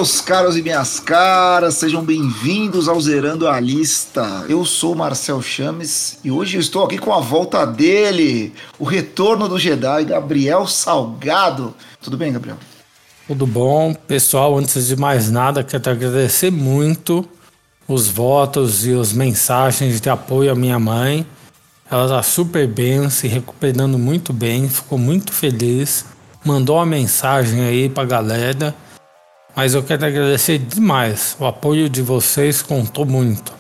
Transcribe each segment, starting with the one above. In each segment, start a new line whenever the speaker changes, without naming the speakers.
meus caros e minhas caras, sejam bem-vindos ao Zerando a Lista. Eu sou Marcel Chames e hoje eu estou aqui com a volta dele, o retorno do Jedi, Gabriel Salgado. Tudo bem, Gabriel?
Tudo bom, pessoal. Antes de mais nada, quero agradecer muito os votos e as mensagens de apoio à minha mãe. Ela está super bem, se recuperando muito bem, ficou muito feliz. Mandou uma mensagem aí pra galera. Mas eu quero agradecer demais. O apoio de vocês contou muito.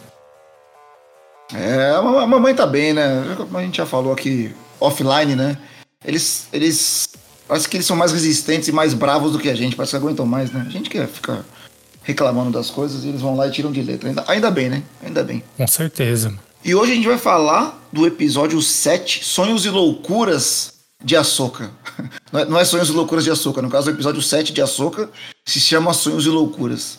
A mamãe tá bem, né? Como a gente já falou aqui offline, né? Eles parece que eles são mais resistentes e mais bravos do que a gente. Parece que aguentam mais, né? A gente quer ficar reclamando das coisas e eles vão lá e tiram de letra. Ainda bem, né? Ainda bem.
Com certeza.
E hoje a gente vai falar do episódio 7, Sonhos e Loucuras de Ahsoka. Não é Sonhos e Loucuras de Ahsoka. No caso, o episódio 7 de Ahsoka se chama Sonhos e Loucuras.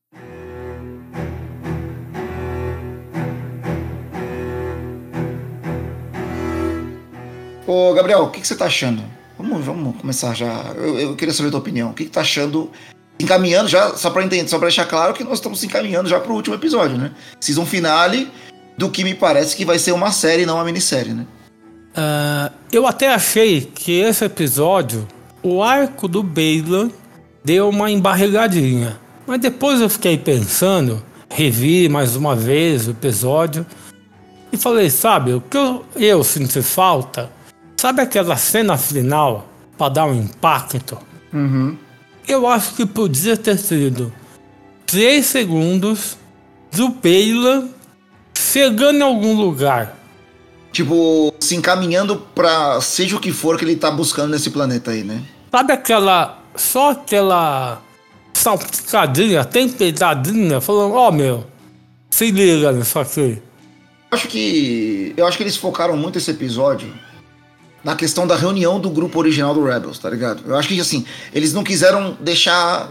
Ô, Gabriel, o que você tá achando? Vamos começar já. Eu queria saber a tua opinião. O que tá achando? Encaminhando já, só pra deixar claro que nós estamos se encaminhando já pro último episódio, né? Season finale do que me parece que vai ser uma série, não uma minissérie, né?
Eu até achei que esse episódio, o arco do Baylan deu uma embarrigadinha. Mas depois eu fiquei pensando, revi mais uma vez o episódio e falei, sabe, o que eu senti falta? Sabe aquela cena final para dar um impacto?
Uhum.
Eu acho que podia ter sido 3 segundos do Baylan chegando em algum lugar.
Tipo, se encaminhando pra seja o que for que ele tá buscando nesse planeta aí, né?
Sabe aquela salpicadinha, temperadinha, falando, ó, meu, se liga nisso aqui.
Eu acho que eles focaram muito esse episódio na questão da reunião do grupo original do Rebels, tá ligado? Eu acho que, assim, eles não quiseram deixar,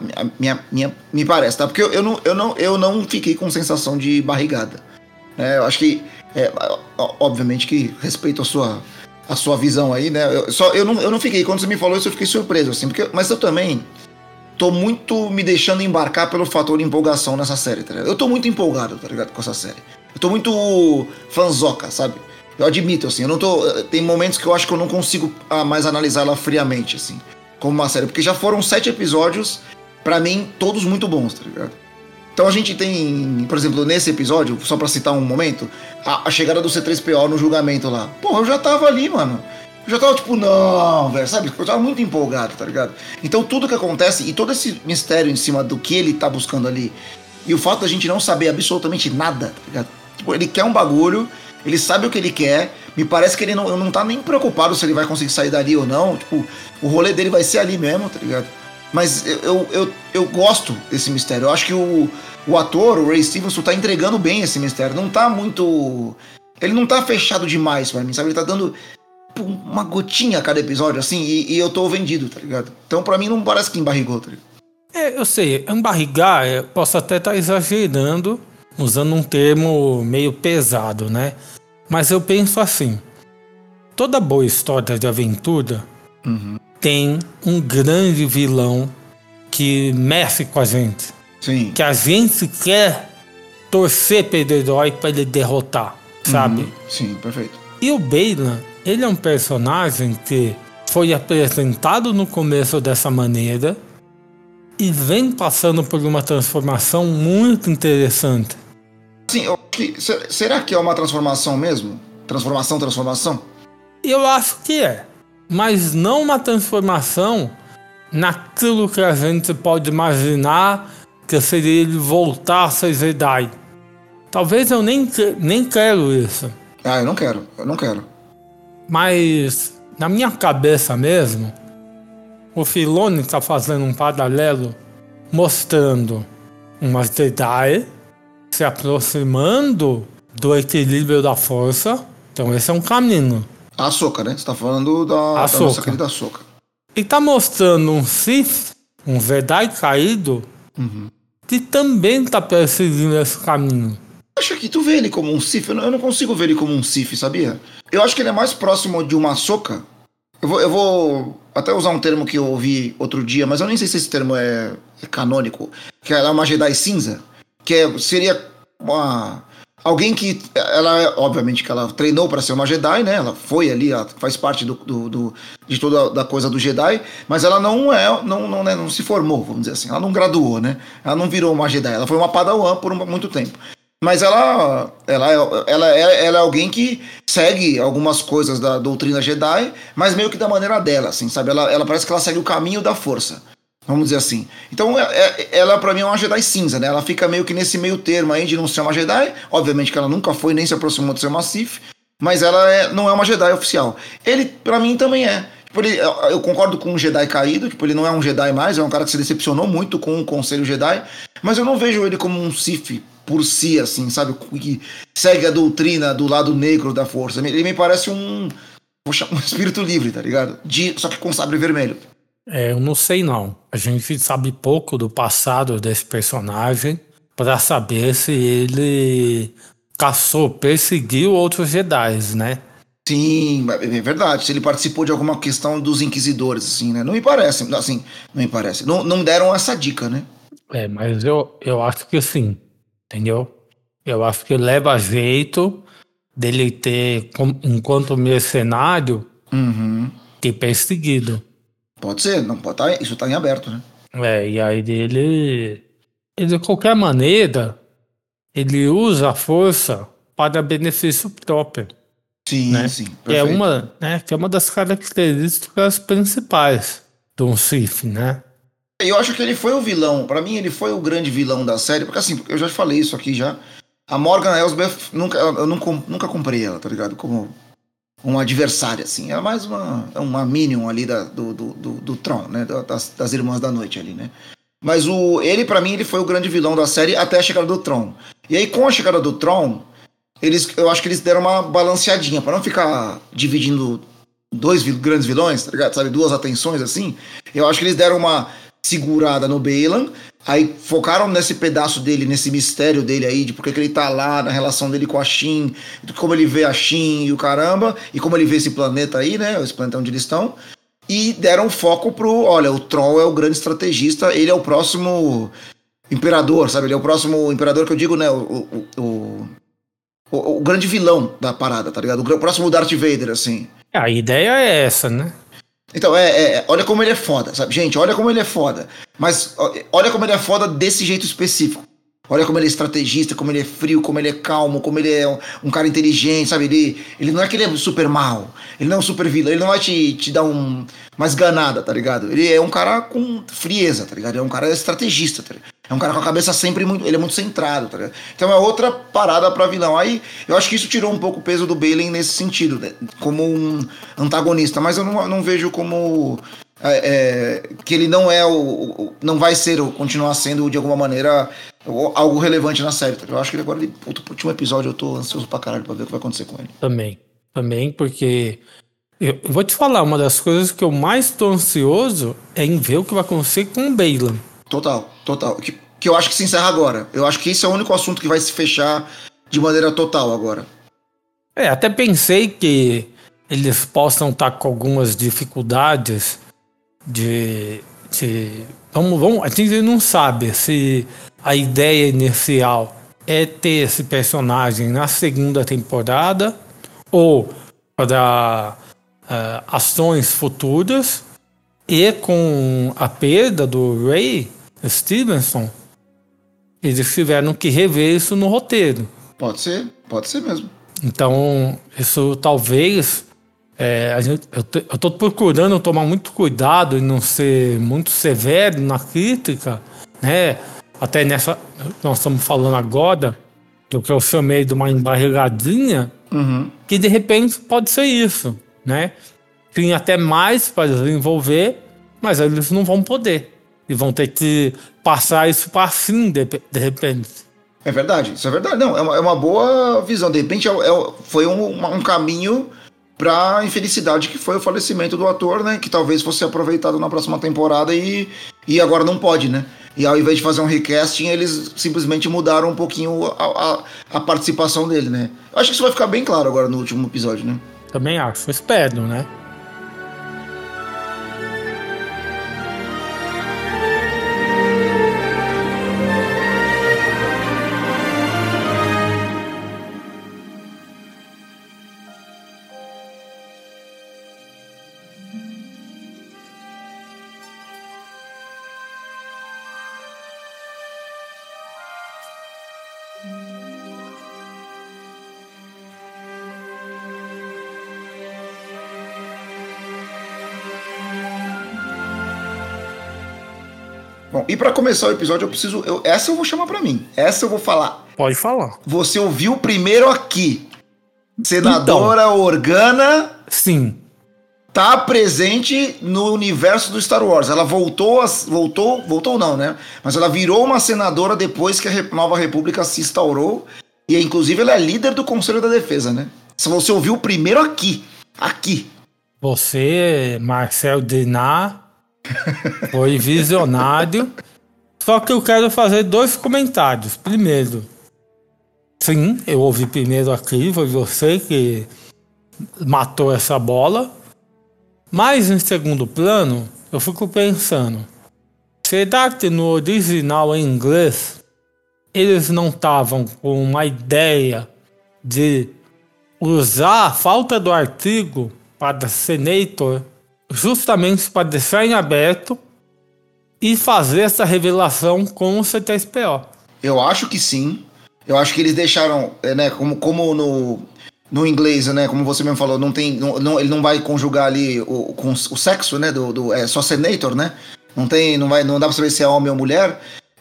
me parece, tá? Porque eu não fiquei com sensação de barrigada. Eu acho que, obviamente que respeito a sua visão aí, né? Eu não fiquei, quando você me falou isso, eu fiquei surpreso, assim, mas eu também tô muito me deixando embarcar pelo fator empolgação nessa série, tá ligado? Eu tô muito empolgado, tá ligado, com essa série. Eu tô muito fanzoca, sabe? Eu admito, assim, tem momentos que eu acho que eu não consigo mais analisar ela friamente, assim, como uma série, porque já foram 7 episódios, pra mim, todos muito bons, tá ligado? Então a gente tem, por exemplo, nesse episódio, só pra citar um momento, a chegada do C3PO no julgamento lá. Pô, eu já tava ali, mano. Eu já tava tipo, não, velho, sabe? Eu tava muito empolgado, tá ligado? Então tudo que acontece, e todo esse mistério em cima do que ele tá buscando ali, e o fato da gente não saber absolutamente nada, tá ligado? Tipo, ele quer um bagulho, ele sabe o que ele quer, me parece que ele não tá nem preocupado se ele vai conseguir sair dali ou não, tipo, o rolê dele vai ser ali mesmo, tá ligado? Mas eu gosto desse mistério. Eu acho que o ator, o Ray Stevenson, tá entregando bem esse mistério. Não tá muito... Ele não tá fechado demais pra mim, sabe? Ele tá dando uma gotinha a cada episódio, assim, e eu tô vendido, tá ligado? Então pra mim não parece que embarrigou, tá ligado?
Eu sei, embarrigar, eu posso até estar exagerando, usando um termo meio pesado, né? Mas eu penso assim, toda boa história de aventura... tem um grande vilão que mexe com a gente.
Sim.
Que a gente quer torcer pelo herói para ele derrotar, sabe?
Sim, perfeito.
E o Baylan, ele é um personagem que foi apresentado no começo dessa maneira e vem passando por uma transformação muito interessante.
Sim, será que é uma transformação mesmo? Transformação?
Eu acho que é. Mas não uma transformação naquilo que a gente pode imaginar que seria ele voltar a ser Jedi. Talvez eu nem quero isso.
Eu não quero.
Mas na minha cabeça mesmo, o Filoni está fazendo um paralelo mostrando uma Jedi se aproximando do equilíbrio da força. Então esse é um caminho.
A Ahsoka, né? Você tá falando da nossa querida Ahsoka.
E tá mostrando um Sith, um Jedi caído, que também tá perseguindo esse caminho.
Acho que tu vê ele como um Sith. Eu não consigo ver ele como um Sith, sabia? Eu acho que ele é mais próximo de uma Ahsoka. Eu vou até usar um termo que eu ouvi outro dia, mas eu nem sei se esse termo é canônico, que ela é uma Jedi cinza, seria alguém que, obviamente que ela treinou para ser uma Jedi, né? Ela foi ali, ela faz parte de toda a coisa do Jedi, mas ela não se formou, vamos dizer assim. Ela não graduou, né? Ela não virou uma Jedi, ela foi uma Padawan por muito tempo. Mas ela é alguém que segue algumas coisas da doutrina Jedi, mas meio que da maneira dela, assim, sabe? Ela parece que ela segue o caminho da força, vamos dizer assim. Então ela pra mim é uma Jedi cinza, né? Ela fica meio que nesse meio termo aí de não ser uma Jedi. Obviamente que ela nunca foi nem se aproximou de ser uma Sith, mas ela não é uma Jedi oficial. Ele pra mim também é. Tipo, eu concordo com um Jedi caído, tipo, ele não é um Jedi mais, é um cara que se decepcionou muito com o Conselho Jedi, mas eu não vejo ele como um Sith por si, assim, sabe? Que segue a doutrina do lado negro da força. Ele me parece um espírito livre, tá ligado? Só que com sabre vermelho.
Eu não sei não. A gente sabe pouco do passado desse personagem para saber se ele perseguiu outros Jedi, né?
Sim, é verdade. Se ele participou de alguma questão dos inquisidores, assim, né? Não me parece, assim, não me parece. Não deram essa dica, né?
Mas eu acho que sim, entendeu? Eu acho que leva jeito dele ter, enquanto mercenário, ter perseguido.
Pode ser, não pode tá, isso tá em aberto, né?
E aí ele de qualquer maneira, ele usa a força para benefício próprio.
Sim,
Né?
sim, perfeito.
Que é uma das características principais de um Sith, né?
Eu acho que ele foi o vilão, pra mim ele foi o grande vilão da série, porque assim, eu já falei isso aqui já. A Morgan Elsbeth, eu nunca comprei ela, tá ligado? Como uma adversária, assim. Ela é mais uma minion ali do Tron, né? Das Irmãs da Noite ali, né? Mas ele, pra mim, ele foi o grande vilão da série até a chegada do Tron. E aí, com a chegada do Tron, eu acho que eles deram uma balanceadinha, pra não ficar dividindo dois grandes vilões, tá ligado? Sabe, duas atenções, assim. Eu acho que eles deram uma segurada no Baylan, aí focaram nesse pedaço dele, nesse mistério dele aí, de por que ele tá lá, na relação dele com a Shin, de como ele vê a Shin e o caramba, e como ele vê esse planeta aí, né, esse planeta onde eles estão, e deram foco olha, o Troll é o grande estrategista, ele é o próximo imperador, sabe, ele é o próximo imperador que eu digo, né, o grande vilão da parada, tá ligado, o próximo Darth Vader, assim.
A ideia é essa, né?
Então, olha como ele é foda, sabe? Gente, olha como ele é foda. Mas olha como ele é foda desse jeito específico. Olha como ele é estrategista, como ele é frio, como ele é calmo, como ele é um cara inteligente, sabe? Ele não é que ele é super mal, ele não é um super vilão, ele não vai te dar uma esganada, tá ligado? Ele é um cara com frieza, tá ligado? Ele é um cara estrategista, tá ligado? É um cara com a cabeça sempre ele é muito centrado, tá ligado? Então é outra parada pra vilão. Aí eu acho que isso tirou um pouco o peso do Baylan nesse sentido, né? Como um antagonista, mas eu não vejo como que ele não é não vai ser ou continuar sendo de alguma maneira algo relevante na série. Tá? Eu acho que agora o último episódio eu tô ansioso pra caralho pra ver o que vai acontecer com ele.
Também porque eu vou te falar, uma das coisas que eu mais tô ansioso é em ver o que vai acontecer com o Baylan.
Total. Que eu acho que se encerra agora. Eu acho que esse é o único assunto que vai se fechar de maneira total agora.
Até pensei que eles possam estar com algumas dificuldades a gente não sabe se a ideia inicial é ter esse personagem na segunda temporada ou para ações futuras, e com a perda do Ray Stevenson eles tiveram que rever isso no roteiro.
Pode ser mesmo.
Então isso talvez eu tô procurando tomar muito cuidado e não ser muito severo na crítica, né? Até nessa, nós estamos falando agora do que eu chamei de uma embarrigadinha, que de repente pode ser isso, né? Tem até mais para desenvolver, mas eles não vão poder. E vão ter que passar isso para fim de repente.
É verdade, isso é verdade. Não, é uma boa visão. De repente foi um caminho pra infelicidade que foi o falecimento do ator, né? Que talvez fosse aproveitado na próxima temporada e agora não pode, né? E ao invés de fazer um recasting, eles simplesmente mudaram um pouquinho a participação dele, né? Eu acho que isso vai ficar bem claro agora no último episódio, né?
Também acho, espero, né?
Bom, e pra começar o episódio, essa eu vou chamar pra mim. Essa eu vou falar.
Pode falar.
Você ouviu primeiro aqui. Senadora então, Organa.
Sim.
Tá presente no universo do Star Wars. Ela voltou não, né? Mas ela virou uma senadora depois que a Nova República se instaurou. E inclusive ela é líder do Conselho da Defesa, né? Se você ouviu primeiro aqui. Aqui.
Você, Marcel Dinard, foi visionário. Só que eu quero fazer 2 comentários. Primeiro, sim, eu ouvi primeiro aqui, foi você que matou essa bola. Mas em segundo plano, eu fico pensando, será que no original em inglês eles não estavam com uma ideia de usar a falta do artigo para Senator justamente para deixar em aberto e fazer essa revelação com o C3PO?
Eu acho que sim. Eu acho que eles deixaram, né, como no inglês, né, como você mesmo falou, ele não vai conjugar ali com o sexo, né, é só senator, né? Não dá pra saber se é homem ou mulher.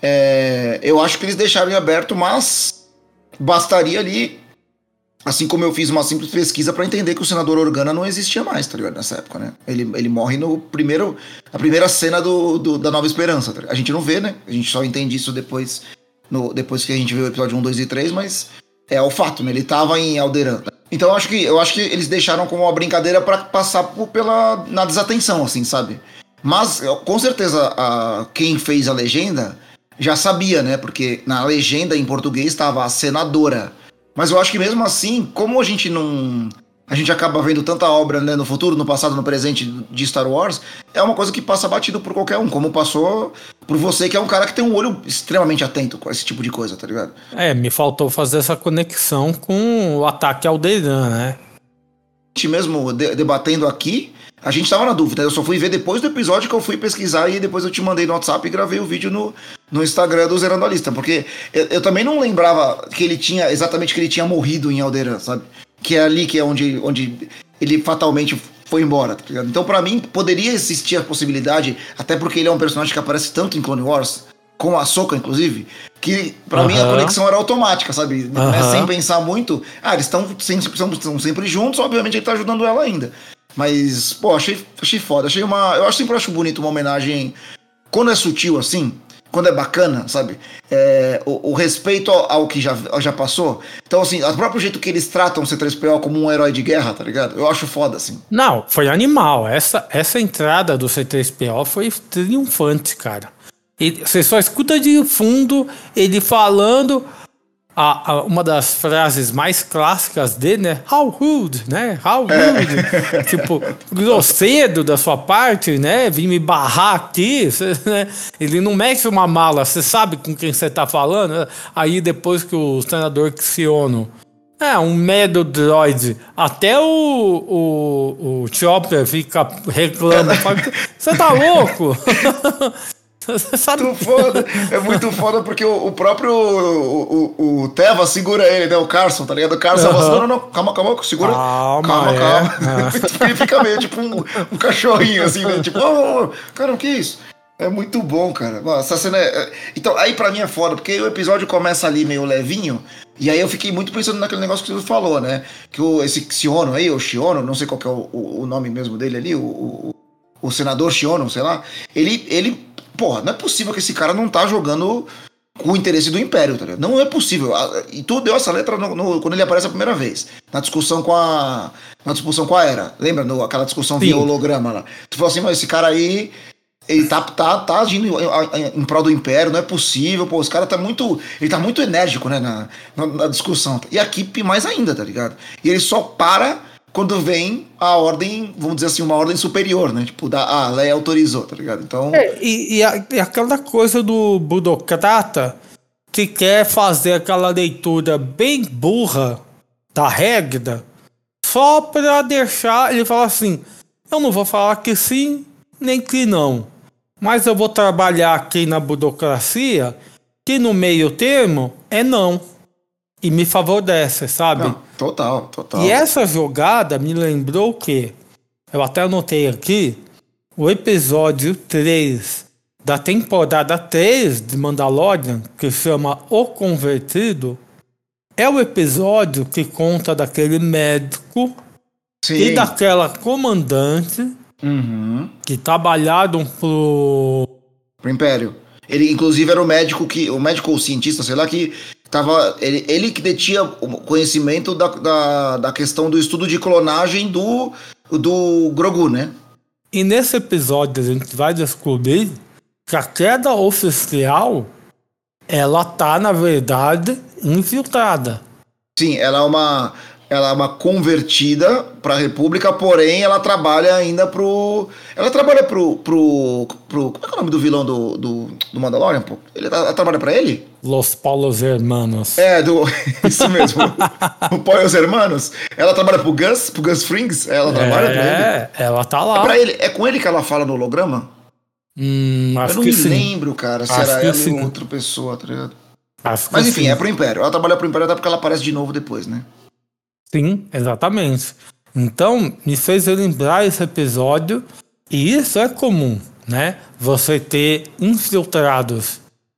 Eu acho que eles deixaram em aberto, mas bastaria ali, assim como eu fiz uma simples pesquisa pra entender que o senador Organa não existia mais, tá ligado? Nessa época, né? Ele morre na primeira cena da Nova Esperança. Tá? A gente não vê, né? A gente só entende isso depois que a gente vê o episódio 1, 2 e 3, mas é o fato, né? Ele tava em Alderaan. Então eu acho que eles deixaram como uma brincadeira pra passar na desatenção, assim, sabe? Mas, com certeza, quem fez a legenda já sabia, né? Porque na legenda em português estava a senadora. Mas eu acho que mesmo assim, como a gente acaba vendo tanta obra, né, no futuro, no passado, no presente de Star Wars, é uma coisa que passa batido por qualquer um, como passou por você, que é um cara que tem um olho extremamente atento com esse tipo de coisa, tá ligado?
Me faltou fazer essa conexão com o ataque ao Alderaan, né?
A gente mesmo debatendo aqui, a gente tava na dúvida. Eu só fui ver depois do episódio que eu fui pesquisar e depois eu te mandei no WhatsApp e gravei o vídeo no Instagram do Zerando a Lista, porque eu também não lembrava que ele tinha morrido em Alderaan, sabe? Que é ali que é onde ele fatalmente foi embora, tá ligado? Então, pra mim, poderia existir a possibilidade, até porque ele é um personagem que aparece tanto em Clone Wars, com a Ahsoka, inclusive, que pra mim a conexão era automática, sabe? Sem pensar muito. Eles estão sempre juntos, obviamente ele tá ajudando ela ainda. Mas, pô, achei foda. Eu sempre acho bonito uma homenagem, quando é sutil assim, quando é bacana, sabe? O respeito ao que já passou. Então, assim, o próprio jeito que eles tratam o C3PO como um herói de guerra, tá ligado? Eu acho foda, assim.
Não, foi animal. Essa entrada do C3PO foi triunfante, cara. Você só escuta de fundo ele falando uma das frases mais clássicas dele, né? How rude, né? How rude. Tipo, grosseiro da sua parte, né? Vim me barrar aqui, né? Ele não mexe uma mala, você sabe com quem você tá falando? Aí depois que o senador Xiono, um medo droid, até o Chopper reclama. Você tá louco?
É muito foda porque o próprio o Teva segura ele, né? O Carson, tá ligado? O Carson fala, não, calma, segura. Calma. Ele fica meio tipo um cachorrinho, assim, né? Tipo, cara, o que é isso? É muito bom, cara. Essa cena Então, aí pra mim é foda, porque o episódio começa ali meio levinho, e aí eu fiquei muito pensando naquele negócio que você falou, né? Que esse Xiono aí, ou Xiono, não sei qual que é o nome mesmo dele ali, o senador Xiono, sei lá, ele porra, não é possível que esse cara não tá jogando com o interesse do Império, tá ligado? Não é possível. E tu deu essa letra quando ele aparece a primeira vez, na discussão com a Hera. Lembra? Aquela discussão via holograma lá. Tu falou assim, mas esse cara aí, ele tá agindo em prol do Império, não é possível, pô, esse cara ele tá muito enérgico, né, na discussão. E aqui mais ainda, tá ligado? E ele só para quando vem a ordem, vamos dizer assim, uma ordem superior, né? Tipo, a Leia autorizou, tá ligado? Então...
E aquela coisa do burocrata que quer fazer aquela leitura bem burra da regra só pra deixar... Ele fala assim, eu não vou falar que sim, nem que não. Mas eu vou trabalhar aqui na burocracia que no meio termo é não. e me favorece, sabe?
Não, total.
E essa jogada me lembrou o quê? Eu até anotei aqui, o episódio 3 da temporada 3 de Mandalorian, que chama O Convertido, é o episódio que conta daquele médico e daquela comandante que trabalharam pro
Império. Ele, inclusive, era o médico ou cientista, sei lá, que tava. Ele que detinha o conhecimento da questão do estudo de clonagem do Grogu, né?
E nesse episódio a gente vai descobrir que a queda oficial, ela tá, na verdade, infiltrada.
Sim, ela é uma convertida pra República, porém ela trabalha ainda pro... Ela trabalha pro como é que é o nome do vilão do Mandalorian, pô? Ela trabalha pra ele?
Los Paulos Hermanos.
Isso mesmo. O Paulos Hermanos. Ela trabalha pro Gus Frings? Ela trabalha pra ele?
Ela tá lá.
É pra ele. É com ele que ela fala no holograma?
Acho
eu não
que
me
sim.
lembro, cara, se
acho
era
que
ela
sim.
ou outra pessoa, tá ligado?
Mas
enfim,
sim.
é pro Império. Ela trabalha pro Império até porque ela aparece de novo depois, né?
Sim, exatamente. Então, me fez lembrar esse episódio, e isso é comum, né? Você ter infiltrados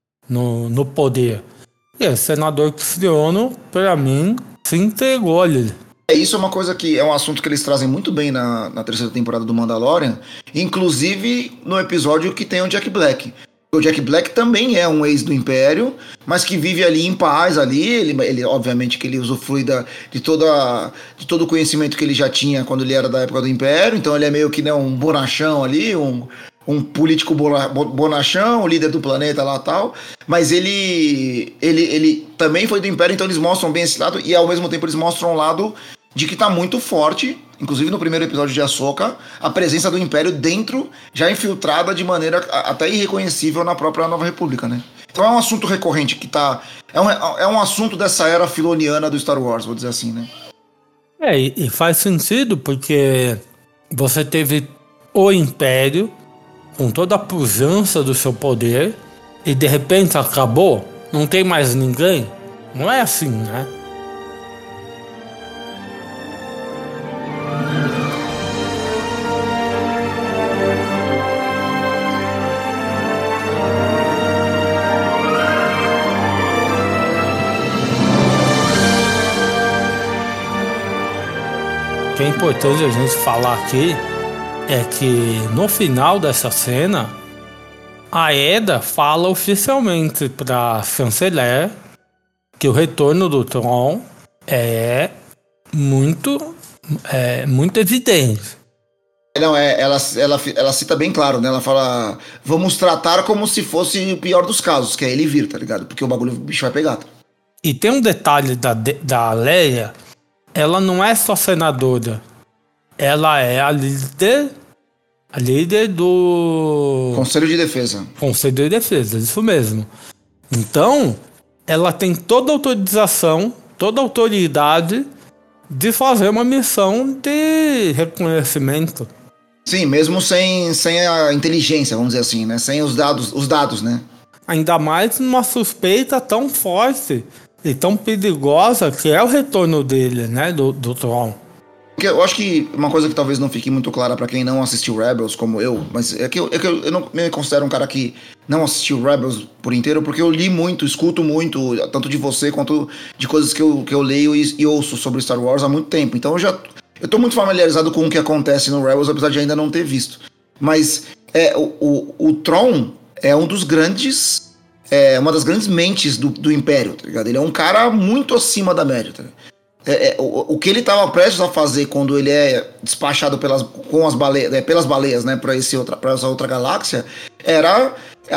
no poder. E o senador Cristiano, pra mim, se entregou ali.
Isso é uma coisa que é um assunto que eles trazem muito bem na terceira temporada do Mandalorian, inclusive no episódio que tem o Jack Black. O Jack Black também é um ex do Império, mas que vive ali em paz ali. Ele obviamente que ele usufrui de todo o conhecimento que ele já tinha quando ele era da época do Império. Então ele é meio que, né, um bonachão ali, um político bonachão, líder do planeta lá e tal. Mas ele também foi do Império, então eles mostram bem esse lado. E ao mesmo tempo eles mostram um lado de que tá muito forte, inclusive no primeiro episódio de Ahsoka, a presença do Império dentro, já infiltrada de maneira até irreconhecível na própria Nova República, né? Então é um assunto recorrente que tá... É um assunto dessa era filoniana do Star Wars, vou dizer assim, né?
E faz sentido, porque você teve o Império com toda a pujança do seu poder e de repente acabou, não tem mais ninguém. Não é assim, né? O que é importante a gente falar aqui é que no final dessa cena, a Hera fala oficialmente para chanceler que o retorno do Tron é muito evidente.
Não, ela cita bem claro, né? Ela fala, vamos tratar como se fosse o pior dos casos, que é ele vir, tá ligado? Porque o bicho vai pegar.
E tem um detalhe da Leia, ela não é só senadora, ela é a líder do
Conselho de Defesa.
Conselho de Defesa, isso mesmo. Então, ela tem toda a autorização, toda a autoridade de fazer uma missão de reconhecimento.
Sim, mesmo sem a inteligência, vamos dizer assim, né? Sem os dados, né?
Ainda mais numa suspeita tão forte e tão perigosa que é o retorno dele, né? Do Tron.
Porque eu acho que uma coisa que talvez não fique muito clara pra quem não assistiu Rebels, como eu, mas é que eu não me considero um cara que não assistiu Rebels por inteiro, porque eu li muito, escuto muito, tanto de você quanto de coisas que eu leio e ouço sobre Star Wars há muito tempo. Então eu tô muito familiarizado com o que acontece no Rebels, apesar de ainda não ter visto. Mas o Tron é um dos grandes... uma das grandes mentes do Império, tá ligado? Ele é um cara muito acima da média, tá ligado? O que ele estava prestes a fazer quando ele é despachado pelas baleias, né, para essa outra galáxia, era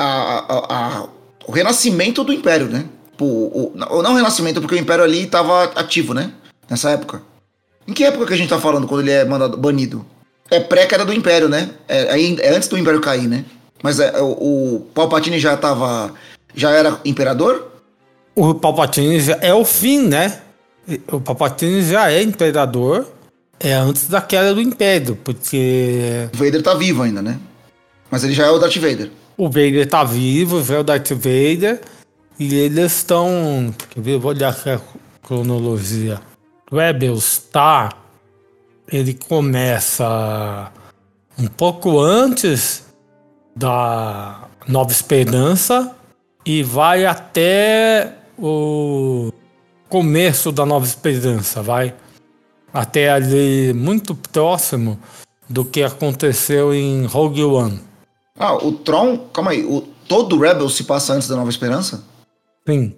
o renascimento do Império, né? Não o renascimento, porque o Império ali estava ativo, né? Nessa época. Em que época que a gente tá falando quando ele é banido? É pré-queda do Império, né? É antes do Império cair, né? Mas o Palpatine já era imperador?
O Palpatine já é o fim, né? O Palpatine já é imperador, antes da queda do Império, porque...
O Vader tá vivo ainda, né? Mas ele já é o Darth Vader.
O Vader tá vivo, já é o Darth Vader, e eles estão... Vou olhar aqui cronologia. Rebels ele começa um pouco antes da Nova Esperança e vai até o começo da Nova Esperança, vai até ali muito próximo do que aconteceu em Rogue One.
O Tron, calma aí, todo o Rebels se passa antes da Nova Esperança?
Sim.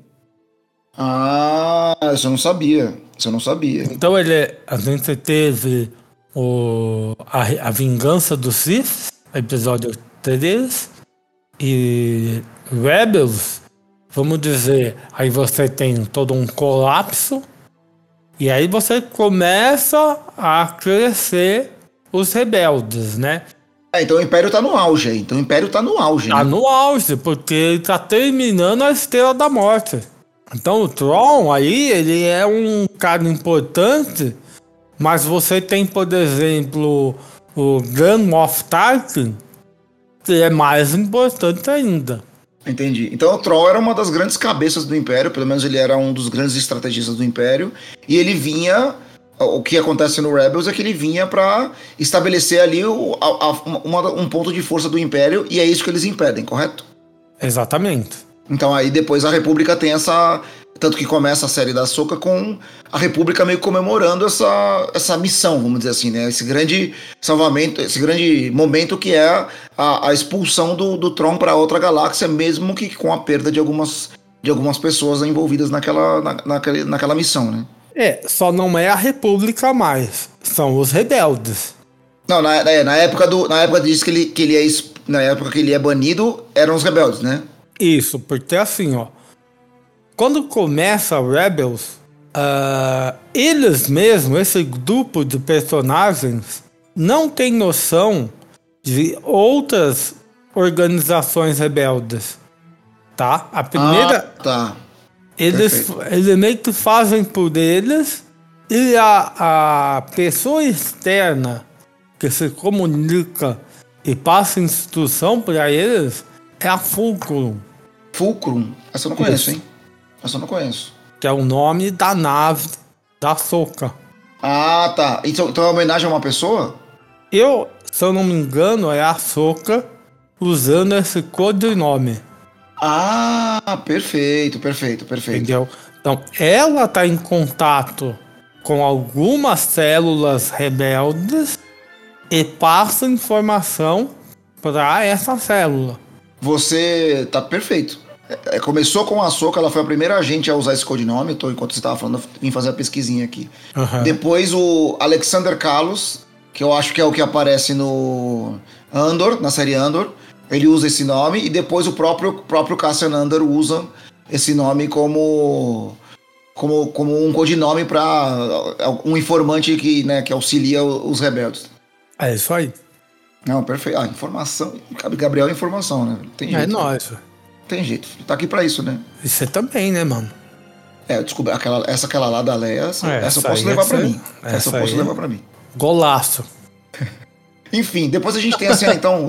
Isso eu não sabia.
Então a gente teve a Vingança do Sith, episódio 3, e Rebels, vamos dizer, aí você tem todo um colapso, e aí você começa a crescer os rebeldes, né?
Então o Império tá no auge. Tá
né? No auge, porque ele tá terminando a Estrela da Morte. Então o Tron aí, ele é um cara importante, mas você tem, por exemplo, o Grand Moff Tarkin, que é mais importante ainda.
Entendi. Então o Tron era uma das grandes cabeças do Império, pelo menos ele era um dos grandes estrategistas do Império, e ele vinha... O que acontece no Rebels é que ele vinha pra estabelecer ali um ponto de força do Império, e é isso que eles impedem, correto?
Exatamente.
Então aí depois a República tem essa... Tanto que começa a série da Ahsoka com a República meio comemorando essa missão, vamos dizer assim, né? Esse grande salvamento, esse grande momento que é a expulsão do Tron para outra galáxia, mesmo que com a perda de algumas pessoas envolvidas naquela missão, né?
Só não é a República mais, são os rebeldes.
Não, na época diz que ele é, na época que ele é banido, eram os rebeldes, né?
Isso, porque assim, ó, quando começa Rebels, eles mesmos, esse grupo de personagens, não tem noção de outras organizações rebeldes, tá? A primeira...
tá.
Eles meio que fazem por eles, e a pessoa externa que se comunica e passa instrução para eles é a Fulcrum.
Fulcrum? Essa eu não conheço, hein? Essa eu não conheço.
Que é o nome da nave da Ahsoka.
Tá. Então é uma homenagem a uma pessoa?
Se eu não me engano, é a Ahsoka usando esse codinome.
Perfeito.
Entendeu? Então, ela tá em contato com algumas células rebeldes e passa informação para essa célula.
Você tá perfeito. Começou com a Ahsoka, ela foi a primeira agente a usar esse codinome. Enquanto você estava falando, eu vim fazer a pesquisinha aqui.
Uhum.
Depois o Alexander Kalos, que eu acho que é o que aparece no Andor, na série Andor. Ele usa esse nome, e depois o próprio Cassian Andor usa esse nome como um codinome para um informante que auxilia os rebeldes.
É isso aí.
Não, perfeito. Informação. Gabriel é informação, né? Tem jeito.
É nóis.
Tem jeito. Tá aqui pra isso, né?
E você também, né, mano?
Desculpa, aquela lá da Leia, essa eu posso levar pra mim. Essa eu posso levar pra mim.
Golaço.
Enfim, depois a gente tem a cena, então,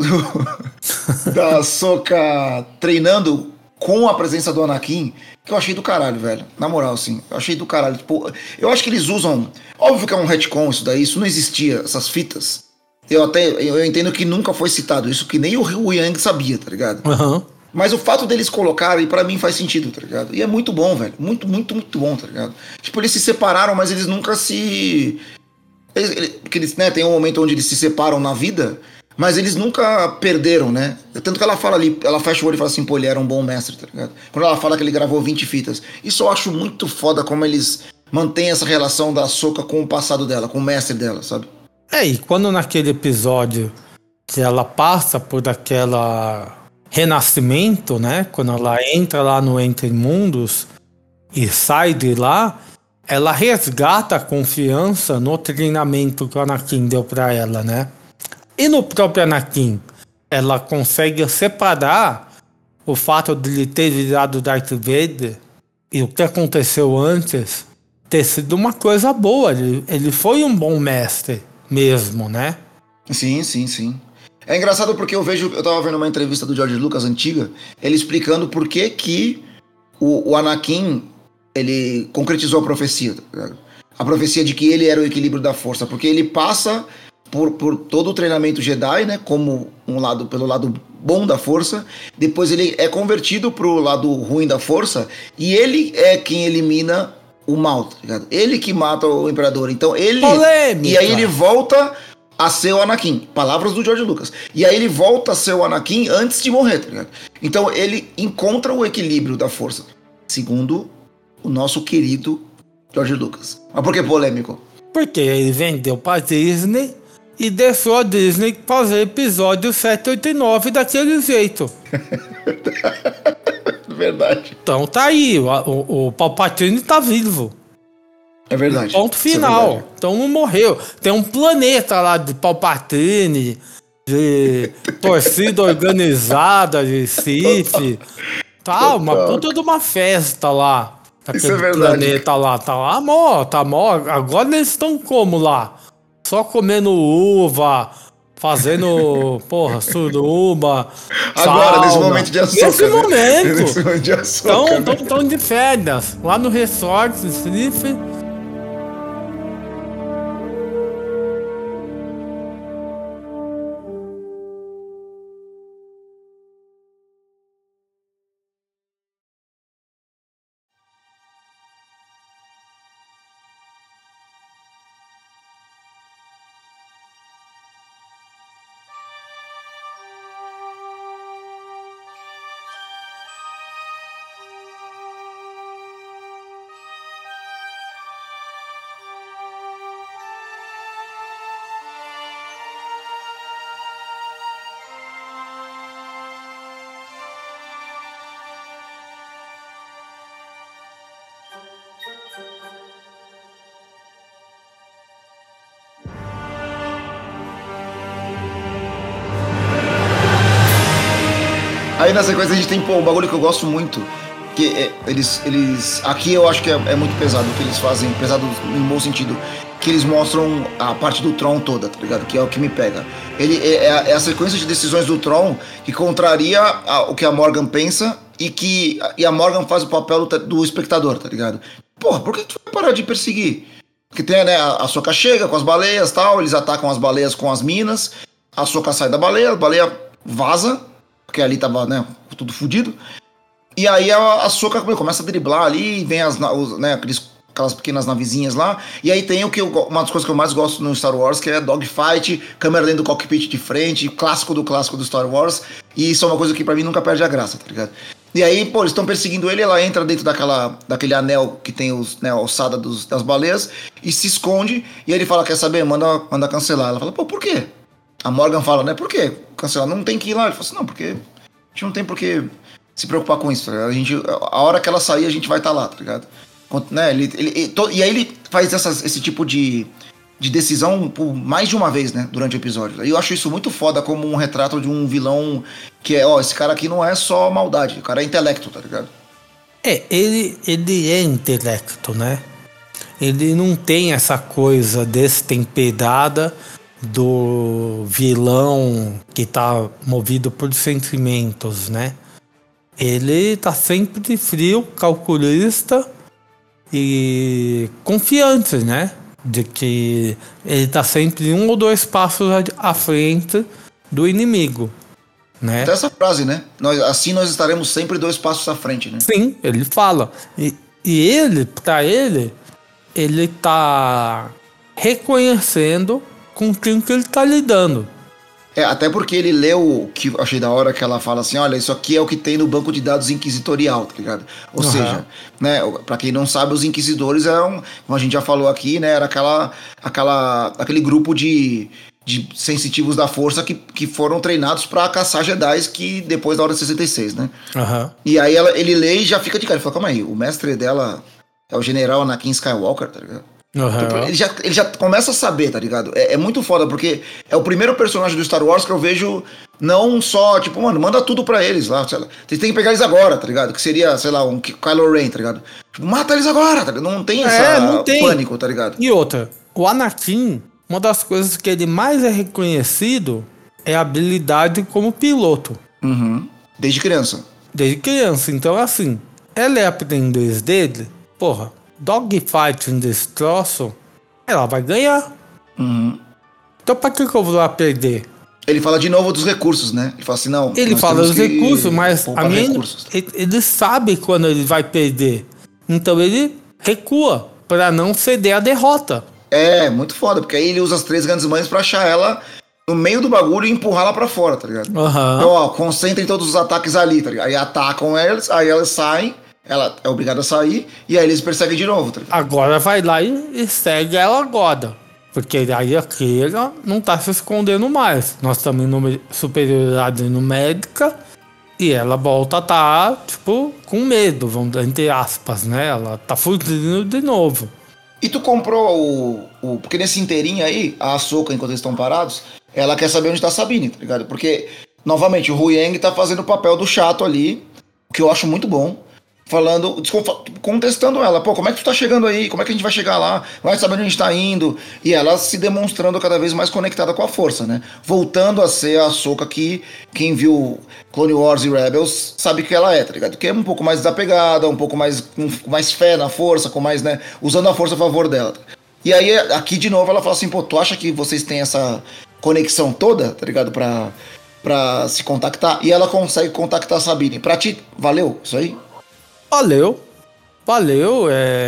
da Ahsoka treinando com a presença do Anakin, que eu achei do caralho, velho. Na moral, assim, eu achei do caralho. Tipo, eu acho que eles usam... Óbvio que é um retcon isso daí, isso não existia, essas fitas. Eu entendo que nunca foi citado isso, que nem o Yang sabia, tá ligado?
Uhum.
Mas o fato deles colocarem, pra mim, faz sentido, tá ligado? E é muito bom, velho. Muito, muito, muito bom, tá ligado? Tipo, eles se separaram, mas eles nunca se... Porque eles, né, tem um momento onde eles se separam na vida, mas eles nunca perderam, né? Tanto que ela fala ali, ela fecha o olho e fala assim, pô, ele era um bom mestre, tá ligado? Quando ela fala que ele gravou 20 fitas. Isso eu acho muito foda, como eles mantêm essa relação da Ahsoka com o passado dela, com o mestre dela, sabe?
E quando naquele episódio que ela passa por aquela renascimento, né? Quando ela entra lá no Entre Mundos e sai de lá, ela resgata a confiança no treinamento que o Anakin deu pra ela, né? E no próprio Anakin, ela consegue separar o fato de ele ter virado Darth Vader e o que aconteceu antes ter sido uma coisa boa. Ele foi um bom mestre mesmo, né?
Sim. É engraçado porque eu tava vendo uma entrevista do George Lucas antiga, ele explicando por que o Anakin ele concretizou a profecia, tá ligado? A profecia de que ele era o equilíbrio da força, porque ele passa por todo o treinamento Jedi, né, como pelo lado bom da força, depois ele é convertido pro lado ruim da força, e ele é quem elimina o mal, tá ligado? Ele que mata o Imperador, então ele...
Polêmica.
E aí ele volta a ser o Anakin, palavras do George Lucas, e aí ele volta a ser o Anakin antes de morrer, tá ligado? Então ele encontra o equilíbrio da força, segundo o nosso querido George Lucas. Mas por que polêmico?
Porque ele vendeu pra Disney e deixou a Disney fazer episódio 7, 8 e 9 daquele jeito.
Verdade.
Então tá aí, o Palpatine tá vivo.
É verdade.
Ponto final.
É
então não morreu. Tem um planeta lá de Palpatine, de torcida organizada, de Sith. Tá, uma puta de uma festa lá.
Isso é verdade.
Planeta lá. Tá lá, amor, tá amor. Agora eles estão como lá? Só comendo uva, fazendo, suruba.
Agora, nesse momento de açúcar.
Nesse momento.
Nesse momento de açúcar.
Estão de férias. Lá no resort, Sith.
Aí na sequência a gente tem, um bagulho que eu gosto muito, que eles aqui eu acho que é muito pesado o que eles fazem, pesado no bom sentido, que eles mostram a parte do Tron toda, tá ligado? Que é o que me pega. É a sequência de decisões do Tron que contraria o que a Morgan pensa e a Morgan faz o papel do espectador, tá ligado? Porra, por que tu vai parar de perseguir? Porque tem, né, a Ahsoka chega com as baleias e tal, eles atacam as baleias com as minas, a Ahsoka sai da baleia, a baleia vaza, porque ali tava, né, tudo fudido. E aí a Ahsoka começa a driblar ali, vem aquelas pequenas navezinhas lá. E aí tem uma das coisas que eu mais gosto no Star Wars, que é dogfight, câmera dentro do cockpit de frente, clássico do Star Wars. E isso é uma coisa que pra mim nunca perde a graça, tá ligado? E aí, pô, eles estão perseguindo ele, ela entra dentro daquele anel que tem a ossada das baleias e se esconde. E aí ele fala, quer saber? Manda cancelar. Ela fala, pô, por quê? A Morgan fala, né, por quê? Cancelar, não tem que ir lá. Ele fala assim, não, porque a gente não tem por que se preocupar com isso, tá ligado? A hora que ela sair, a gente vai estar lá, tá ligado? Né, e aí ele faz esse tipo de decisão por mais de uma vez, né, durante o episódio. E eu acho isso muito foda como um retrato de um vilão que esse cara aqui não é só maldade, o cara é intelecto, tá ligado?
Ele é intelecto, né? Ele não tem essa coisa destemperada do vilão que tá movido por sentimentos, né? Ele tá sempre frio, calculista e confiante, né? De que ele tá sempre 1 ou 2 passos à frente do inimigo, né?
Até essa frase, né? Nós estaremos sempre 2 passos à frente, né?
Sim, ele fala. E ele, pra ele tá reconhecendo com quem que ele tá lidando.
Até porque ele leu o que eu achei da hora, que ela fala assim, olha, isso aqui é o que tem no banco de dados inquisitorial, tá ligado? Ou seja, né, pra quem não sabe, os inquisidores eram, como a gente já falou aqui, né, era aquele grupo de sensitivos da força que foram treinados pra caçar Jedis que depois da Hora 66, né? E aí ele lê e já fica de cara, ele fala, calma aí, o mestre dela é o general Anakin Skywalker, tá ligado? Ele já começa a saber, tá ligado? É muito foda, porque é o primeiro personagem do Star Wars que eu vejo não só, tipo, mano, manda tudo pra eles lá, sei lá. Vocês têm que pegar eles agora, tá ligado? Que seria, sei lá, um Kylo Ren, tá ligado? Tipo, mata eles agora, tá ligado? Não tem pânico, tá ligado?
E outra, o Anakin, uma das coisas que ele mais é reconhecido é a habilidade como piloto.
Desde criança.
Desde criança, então assim, ela é aprendiz dele, porra, dogfight desse troço, ela vai ganhar. Então pra que eu vou lá perder?
Ele fala de novo dos recursos, né? Ele fala assim, não...
Ele fala dos recursos, mas
recursos.
Ele sabe quando ele vai perder. Então ele recua pra não ceder a derrota.
É, muito foda, porque aí ele usa as 3 grandes mães pra achar ela no meio do bagulho e empurrar ela pra fora, tá ligado? Então, ó, concentrem todos os ataques ali, tá ligado? Aí atacam eles, aí elas saem, ela é obrigada a sair, e aí eles perseguem de novo, tá ligado?
Agora vai lá e segue ela agora. Porque aí aquele não tá se escondendo mais. Nós estamos em superioridade numérica e ela volta a tá, tipo, com medo, vamos dizer, entre aspas, né? Ela tá fugindo de novo.
E tu comprou porque nesse inteirinho aí, a Ahsoka, enquanto eles estão parados, ela quer saber onde tá a Sabine, tá ligado? Porque, novamente, o Huyang tá fazendo o papel do chato ali, o que eu acho muito bom. Contestando ela, pô, como é que tu tá chegando aí? Como é que a gente vai chegar lá? Vai saber onde a gente tá indo? E ela se demonstrando cada vez mais conectada com a força, né? Voltando a ser a Ahsoka que quem viu Clone Wars e Rebels sabe que ela é, tá ligado? Que é um pouco mais desapegada, um pouco mais com mais fé na força, com mais, né? Usando a força a favor dela. E aí, aqui de novo, ela fala assim, pô, tu acha que vocês têm essa conexão toda, tá ligado? Pra se contactar? E ela consegue contactar a Sabine. Pra ti, valeu isso aí?
Valeu,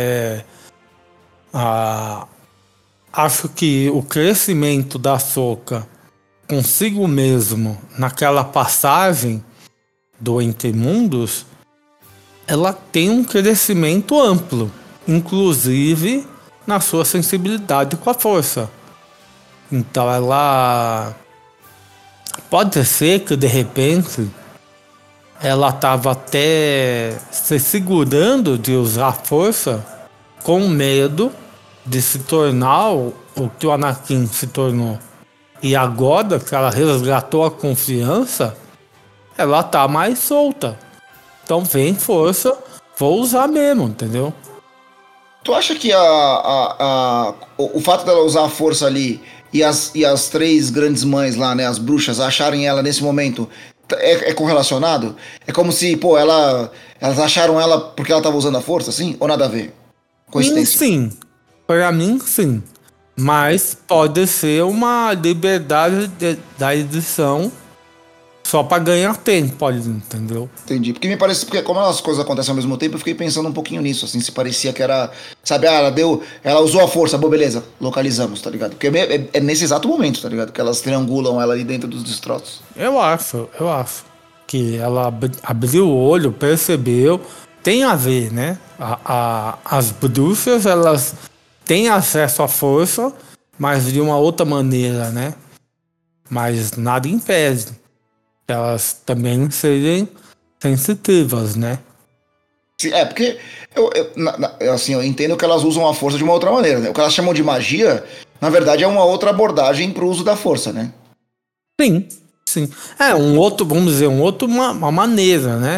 acho que o crescimento da Ahsoka consigo mesmo naquela passagem do Entre Mundos, ela tem um crescimento amplo, inclusive na sua sensibilidade com a força. Então ela pode ser que de repente ela estava até se segurando de usar força com medo de se tornar o que o Anakin se tornou. E agora que ela resgatou a confiança, ela tá mais solta. Então vem força, vou usar mesmo, entendeu?
Tu acha que o fato dela usar a força ali e as 3 grandes mães lá, né, as bruxas, acharem ela nesse momento... É correlacionado? É como se, pô, elas acharam ela porque ela tava usando a força, assim? Ou nada a ver? Coincidência?
Sim, pra mim sim. Mas pode ser uma liberdade da edição só pra ganhar tempo, pode, entendeu?
Entendi. Porque me parece, porque como as coisas acontecem ao mesmo tempo, eu fiquei pensando um pouquinho nisso, assim, se parecia que era, sabe, ela usou a força, bom, beleza, localizamos, tá ligado? Porque é nesse exato momento, tá ligado? Que elas triangulam ela ali dentro dos destroços.
Eu acho que ela abriu o olho, percebeu, tem a ver, né? As bruxas, elas têm acesso à força, mas de uma outra maneira, né? Mas nada impede elas também serem sensitivas, né?
Porque eu entendo que elas usam a força de uma outra maneira, né? O que elas chamam de magia, na verdade, é uma outra abordagem pro uso da força, né?
Sim. Vamos dizer, uma maneira, né?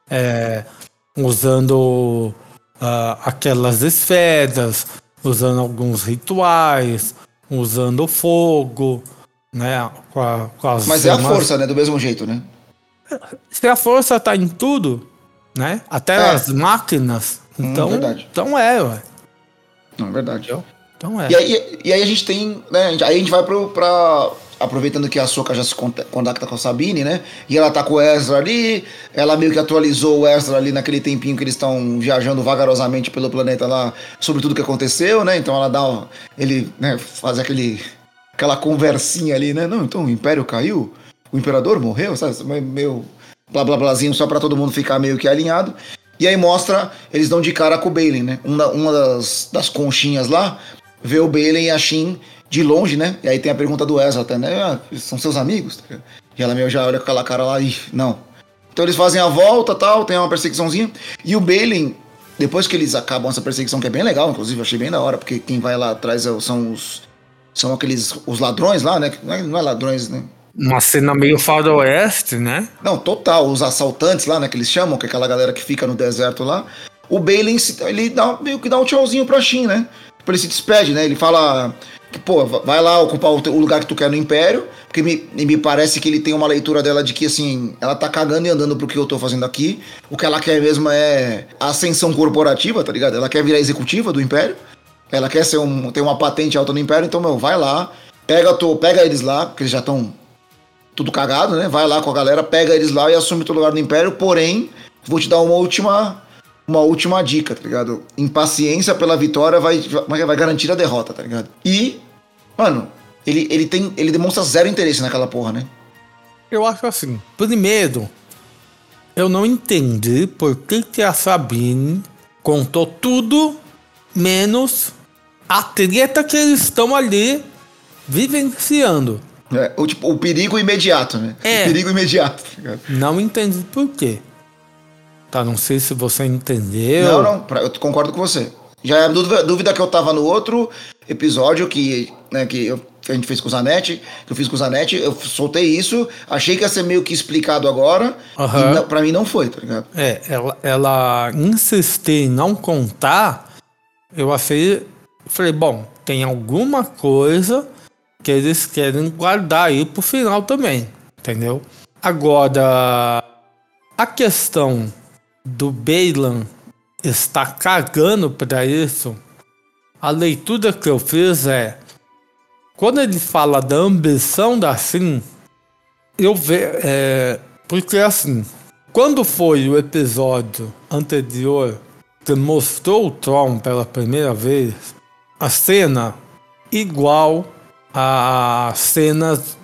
Usando aquelas esferas, usando alguns rituais, usando fogo, né?
Mas é a força, né? Do mesmo jeito, né?
Se a força tá em tudo, né? Até as máquinas. Então,
verdade.
Então ué.
Não, é verdade.
Então é.
E aí a gente tem, né? Aí a gente vai pra aproveitando que a Ahsoka já se contacta com a Sabine, né? E ela tá com o Ezra ali, ela meio que atualizou o Ezra ali naquele tempinho que eles estão viajando vagarosamente pelo planeta lá, sobre tudo que aconteceu, né? Então ela ele, né, faz aquela conversinha ali, né? Não, então o Império caiu, o Imperador morreu, sabe? Meio blá blá blázinho só pra todo mundo ficar meio que alinhado. E aí mostra, eles dão de cara com o Baylan, né? Uma das conchinhas lá, vê o Baylan e a Shin de longe, né? E aí tem a pergunta do Ezra até, né? São seus amigos? E ela meio já olha com aquela cara lá e não. Então eles fazem a volta, tal, tem uma perseguiçãozinha. E o Baylan, depois que eles acabam essa perseguição, que é bem legal, inclusive, eu achei bem da hora, porque quem vai lá atrás são os ladrões lá, né? Não é ladrões, né?
Uma cena meio faroeste, né?
Não, total. Os assaltantes lá, né? Que eles chamam, que é aquela galera que fica no deserto lá. O Baylan, ele meio que dá um tchauzinho pra Shin, né? Tipo, ele se despede, né? Ele fala... que, pô, vai lá ocupar o lugar que tu quer no Império, porque me parece que ele tem uma leitura dela de que, assim, ela tá cagando e andando pro que eu tô fazendo aqui. O que ela quer mesmo é a ascensão corporativa, tá ligado? Ela quer virar executiva do Império. Ela quer ter uma patente alta no Império, então, meu, vai lá, pega eles lá, porque eles já estão tudo cagado, né? Vai lá com a galera, pega eles lá e assume teu lugar no Império, porém, vou te dar uma última dica, tá ligado? Impaciência pela vitória vai garantir a derrota, tá ligado? E, mano, ele demonstra zero interesse naquela porra, né?
Eu acho assim, primeiro, eu não entendi por que a Sabine contou tudo menos a treta que eles estão ali vivenciando.
O perigo imediato, né?
É.
O perigo imediato. Tá ligado?
Não entendi por quê. Tá, não sei se você entendeu.
Não, eu concordo com você. Já é a dúvida que eu tava no outro episódio que a gente fez com o Zanetti, que eu fiz com o Zanetti, eu soltei isso, achei que ia ser meio que explicado agora, e pra mim não foi, tá ligado?
Ela insistir em não contar, eu falei, bom, tem alguma coisa que eles querem guardar aí pro final também, entendeu? Agora, a questão do Baylan está cagando pra isso, a leitura que eu fiz é, quando ele fala da ambição da Shin, eu vejo, porque assim, quando foi o episódio anterior que mostrou o Tron pela primeira vez, a cena igual às cenas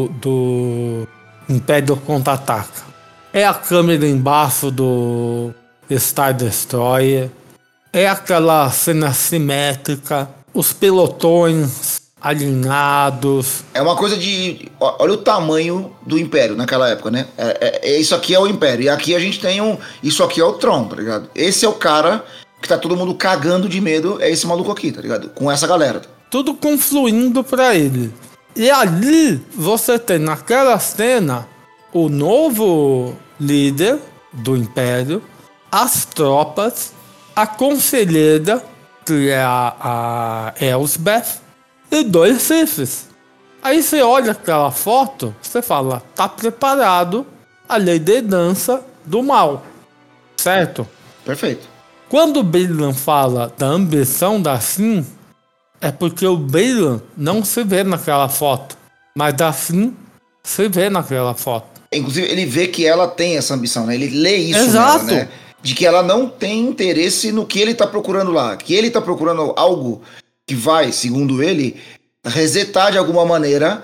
do Império Contra-Ataca. É a câmera embaixo do Star Destroyer, é aquela cena simétrica, os pelotões alinhados.
É uma coisa de... Olha o tamanho do Império naquela época, né? Isso aqui é o Império. E aqui a gente tem isso aqui é o Tron, tá ligado? Esse é o cara que tá todo mundo cagando de medo. É esse maluco aqui, tá ligado? Com essa galera.
Tudo confluindo pra ele. E ali você tem naquela cena o novo líder do Império, as tropas, a conselheira, que é a Elsbeth, e 2 Siths. Aí você olha aquela foto, você fala, tá preparado a lei de dança do mal, certo?
Perfeito.
Quando o Baylan fala da ambição da Shin, é porque o Baylan não se vê naquela foto, mas a Shin se vê naquela foto.
Inclusive, ele vê que ela tem essa ambição, né? Ele lê isso
Exato.
nela, né? De que ela não tem interesse no que ele tá procurando lá. Que ele tá procurando algo que vai, segundo ele, resetar de alguma maneira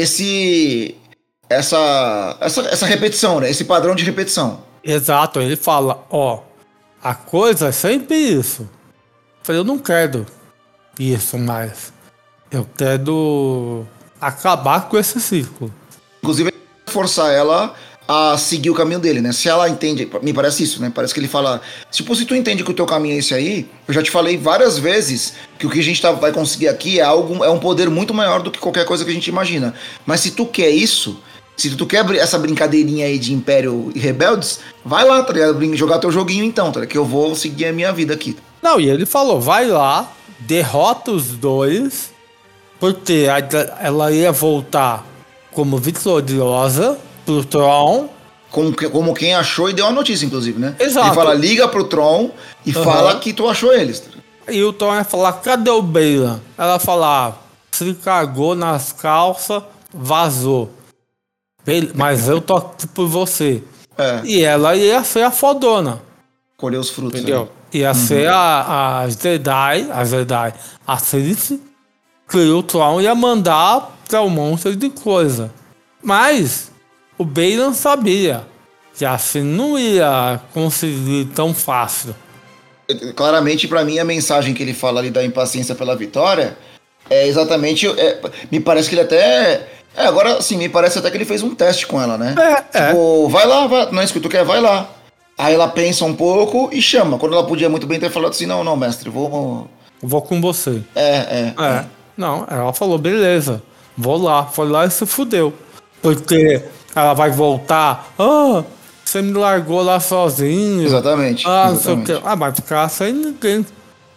essa repetição, né? Esse padrão de repetição.
Exato, ele fala, a coisa é sempre isso. Eu falei, eu não quero isso mais. Eu quero acabar com esse ciclo.
Inclusive, forçar ela a seguir o caminho dele, né? Se ela entende, me parece isso, né? Parece que ele fala, tipo, se tu entende que o teu caminho é esse aí, eu já te falei várias vezes que o que a gente vai conseguir aqui é um poder muito maior do que qualquer coisa que a gente imagina. Mas se tu quer isso, se tu quer essa brincadeirinha aí de Império e Rebeldes, vai lá, tá ligado? Jogar teu joguinho então, tá ligado? Que eu vou seguir a minha vida aqui.
Não, e ele falou, vai lá, derrota os 2, porque ela ia voltar como vitoriosa pro Tron.
Como quem achou e deu a notícia, inclusive, né?
Exato.
Ele fala, liga pro Tron e fala que tu achou eles.
E o Tron ia falar, cadê o Baylan? Ela fala, se cagou nas calças, vazou. Mas eu tô aqui por você. E ela ia ser a fodona.
Colher os frutos.
Entendeu?
Né?
Ia ser a Jedi, a Sith, que o Tron ia mandar pra um monte de coisa. Mas o Baylan sabia que assim não ia conseguir tão fácil.
Claramente, pra mim, a mensagem que ele fala ali da impaciência pela vitória é exatamente... me parece que ele até... agora, sim, me parece até que ele fez um teste com ela, né? Tipo, vai lá, não é isso que tu quer, vai lá. Aí ela pensa um pouco e chama. Quando ela podia muito bem ter falado assim, não, mestre, vou
com você. Não, ela falou, beleza, vou lá. Foi lá e se fudeu. Porque ela vai voltar, você me largou lá sozinho.
Exatamente.
Não sei o que. Vai ficar sem ninguém.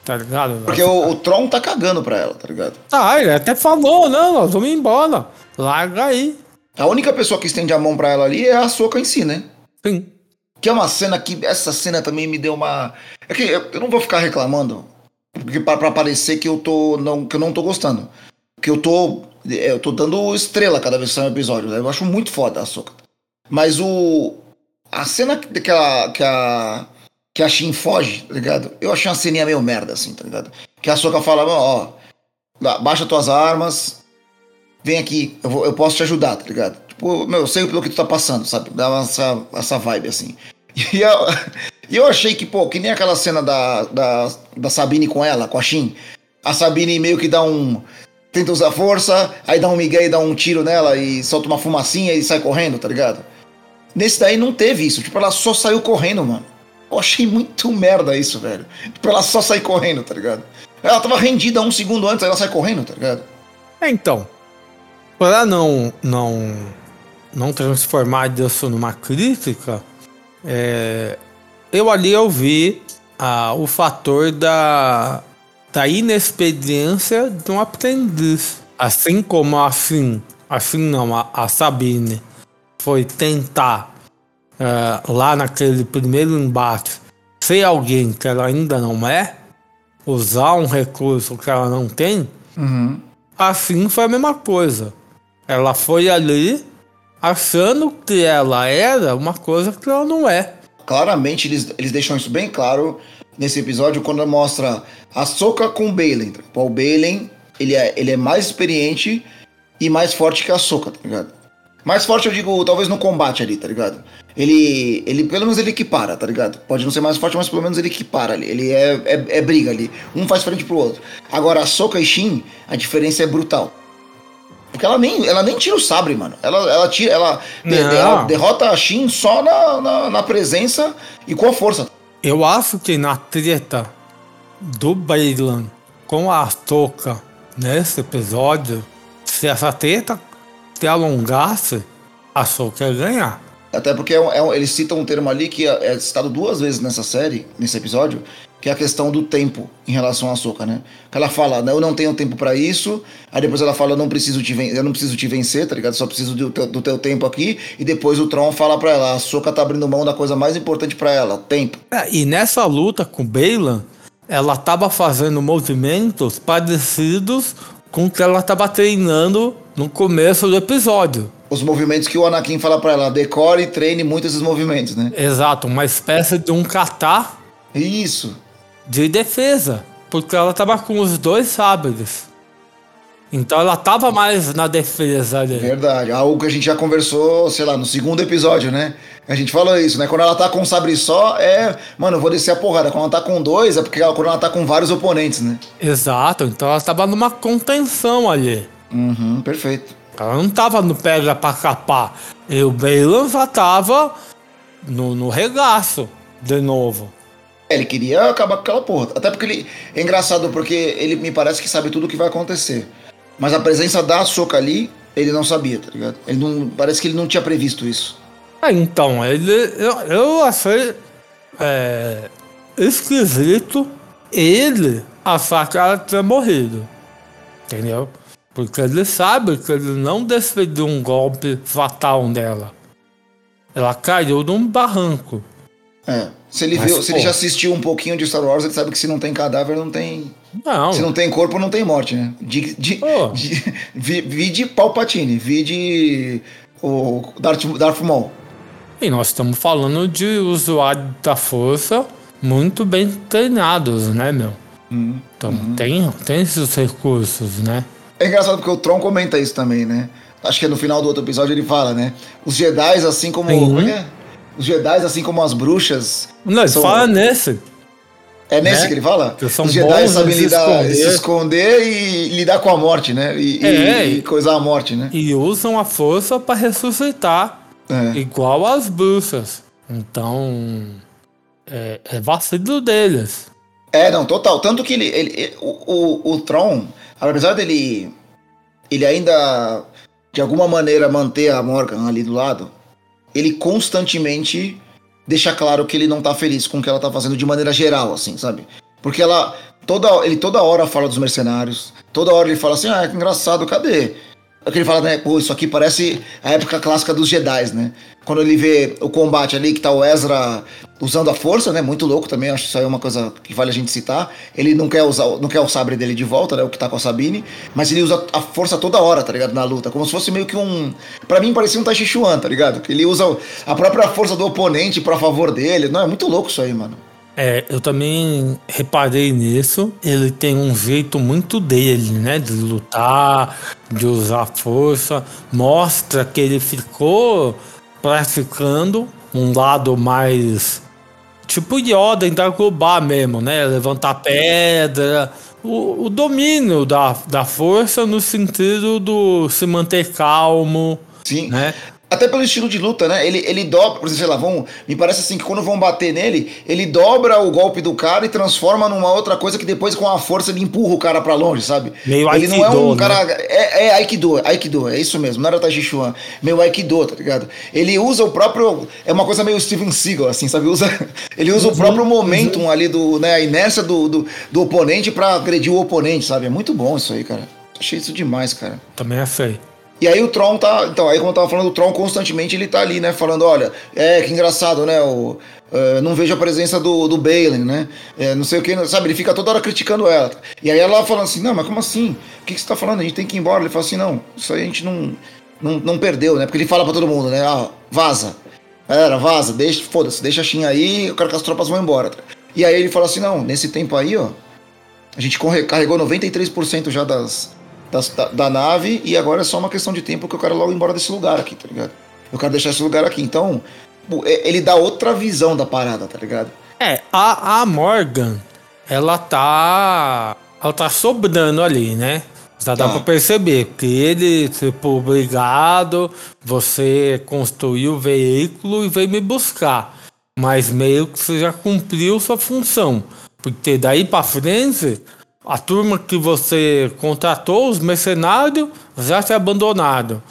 tá ligado?
Porque o Tron tá cagando pra ela, tá ligado?
Ah, ele até falou, não, nós vamos embora. Larga aí.
A única pessoa que estende a mão pra ela ali é a Ahsoka em si, né?
Sim.
Que é uma cena que... Essa cena também me deu uma... É que eu não vou ficar reclamando, porque pra parecer que que eu não tô gostando. Que eu tô dando estrela cada vez que sai um episódio. Né? Eu acho muito foda a Ahsoka. Mas a cena que a Shin foge, tá ligado? Eu achei uma ceninha meio merda, assim, tá ligado? Que a Ahsoka fala, ó, baixa tuas armas, vem aqui, eu posso te ajudar, tá ligado? Tipo, eu sei pelo que tu tá passando, sabe? Dá essa vibe, assim. E eu achei que, pô, que nem aquela cena da Sabine com ela, com a Shin. A Sabine meio que tenta usar força, aí dá um migué e dá um tiro nela e solta uma fumacinha e sai correndo, tá ligado? Nesse daí não teve isso, tipo, ela só saiu correndo, mano. Eu achei muito merda isso, velho. Tipo, ela só sair correndo, tá ligado? Ela tava rendida um segundo antes, aí ela sai correndo, tá ligado?
Então, para não transformar isso numa crítica, eu vi o fator da inexperiência de um aprendiz. Assim como a Sabine foi tentar lá naquele primeiro embate ser alguém que ela ainda não é, usar um recurso que ela não tem, assim foi a mesma coisa. Ela foi ali achando que ela era uma coisa que ela não é.
Claramente eles deixam isso bem claro nesse episódio quando mostra a Ahsoka com o Baylan. O Baylan, ele é mais experiente e mais forte que a Ahsoka, tá ligado? Mais forte eu digo, talvez no combate ali, tá ligado? Ele pelo menos ele equipara, tá ligado? Pode não ser mais forte, mas pelo menos ele equipara ali. Ele é briga ali. Um faz frente pro outro. Agora, a Ahsoka e Shin, a diferença é brutal. Porque ela nem tira o sabre, mano. Ela derrota a Shin só na presença e com a força.
Eu acho que na treta do Baylan com a Ahsoka nesse episódio, se essa treta se alongasse, a Ahsoka ia ganhar.
Até porque eles citam um termo ali que é citado 2 vezes nessa série, nesse episódio, que é a questão do tempo em relação à Ahsoka, né? Que ela fala, eu não tenho tempo pra isso, aí depois ela fala, eu não preciso te vencer, tá ligado? Só preciso do teu tempo aqui, e depois o Tron fala pra ela, a Ahsoka tá abrindo mão da coisa mais importante pra ela, tempo.
E nessa luta com Baylan, ela tava fazendo movimentos parecidos com o que ela tava treinando no começo do episódio.
Os movimentos que o Anakin fala pra ela, decore e treine muito esses movimentos, né?
Exato, uma espécie de um kata.
Isso.
De defesa, porque ela tava com os 2 sabres. Então ela tava mais na defesa ali.
Verdade, algo que a gente já conversou, sei lá, no 2º episódio, né? A gente falou isso, né? Quando ela tá com um sabre só, mano, eu vou descer a porrada. Quando ela tá com 2, é porque quando ela tá com vários oponentes, né?
Exato, então ela tava numa contenção ali.
Perfeito.
Ela não tava no pega pra capar. E o Baylan já tava no regaço de novo.
Ele queria acabar com aquela porra. Até porque é engraçado, porque ele me parece que sabe tudo o que vai acontecer. Mas a presença da Ahsoka ali, ele não sabia, tá ligado? Parece que ele não tinha previsto isso.
Então, eu achei esquisito ele achar que ela tinha morrido. Entendeu? Porque ele sabe que ele não desferiu um golpe fatal nela. Ela caiu num barranco.
Se ele já assistiu um pouquinho de Star Wars, ele sabe que se não tem cadáver, não tem...
Não.
Se não tem corpo, não tem morte, né? Vi de Palpatine, vi de o Darth Maul.
E nós estamos falando de usuários da força muito bem treinados, né, meu? Então tem esses recursos, né?
É engraçado porque o Tron comenta isso também, né? Acho que no final do outro episódio ele fala, né? Os Jedi, assim como... Como é que é? Os Jedi, assim como as bruxas...
Não, ele fala nesse.
É nesse que ele fala?
Que são
os Jedi sabem
se
esconder e lidar com a morte, né? E coisar a morte, né?
E usam a força para ressuscitar. Igual as bruxas. Então... É vacilo deles.
Não, total. Tanto que o Tron, apesar dele ele ainda, de alguma maneira, manter a Morgan ali do lado, ele constantemente deixa claro que ele não tá feliz com o que ela tá fazendo de maneira geral, assim, sabe? Porque Ele toda hora fala dos mercenários, toda hora ele fala assim, que engraçado, cadê? É que ele fala, né, pô, isso aqui parece a época clássica dos Jedi, né? Quando ele vê o combate ali, que tá o Ezra usando a força, né, muito louco também, acho que isso aí é uma coisa que vale a gente citar. Ele não quer o sabre dele de volta, né, o que tá com a Sabine, mas ele usa a força toda hora, tá ligado, na luta, como se fosse meio que pra mim parecia um Tai Chi Chuan, tá ligado? Que ele usa a própria força do oponente pra favor dele, não, é muito louco isso aí, mano.
Eu também reparei nisso. Ele tem um jeito muito dele, né? De lutar, de usar força. Mostra que ele ficou praticando um lado mais tipo Yoda em Dagobah mesmo, né? Levantar pedra. O domínio da força no sentido do se manter calmo.
Sim.
Né?
Até pelo estilo de luta, né? Ele dobra, por exemplo, sei lá, me parece assim que quando vão bater nele, ele dobra o golpe do cara e transforma numa outra coisa que depois com a força ele empurra o cara pra longe, sabe?
Meio
ele
Aikido,
não é um
né?
cara... É Aikido, é isso mesmo, não era Tai Chi Chuan, meio Aikido, tá ligado? Ele usa o próprio... É uma coisa meio Steven Seagal, assim, sabe? Ele usa o próprio momentum ali, né? A inércia do oponente pra agredir o oponente, sabe? É muito bom isso aí, cara. Achei isso demais, cara.
Também achei.
E aí o Tron tá... Então, aí como eu tava falando, o Tron constantemente ele tá ali, né? Falando, olha, que engraçado, né? Não vejo a presença do Baylan, né? Não sei o que, sabe? Ele fica toda hora criticando ela. E aí ela falando assim, não, mas como assim? O que você tá falando? A gente tem que ir embora. Ele fala assim, não, isso aí a gente não perdeu, né? Porque ele fala pra todo mundo, né? Vaza. Vaza, foda-se, deixa a Shin aí, eu quero que as tropas vão embora. E aí ele fala assim, não, nesse tempo aí, ó, a gente carregou 93% já da nave, e agora é só uma questão de tempo que eu quero logo ir embora desse lugar aqui, tá ligado? Eu quero deixar esse lugar aqui. Então, ele dá outra visão da parada, tá ligado?
A Morgan, ela tá sobrando ali, né? Já dá pra perceber que ele, tipo, obrigado, você construiu o veículo e veio me buscar. Mas meio que você já cumpriu sua função. Porque daí pra frente... A turma que você contratou, os mercenários, já se abandonaram.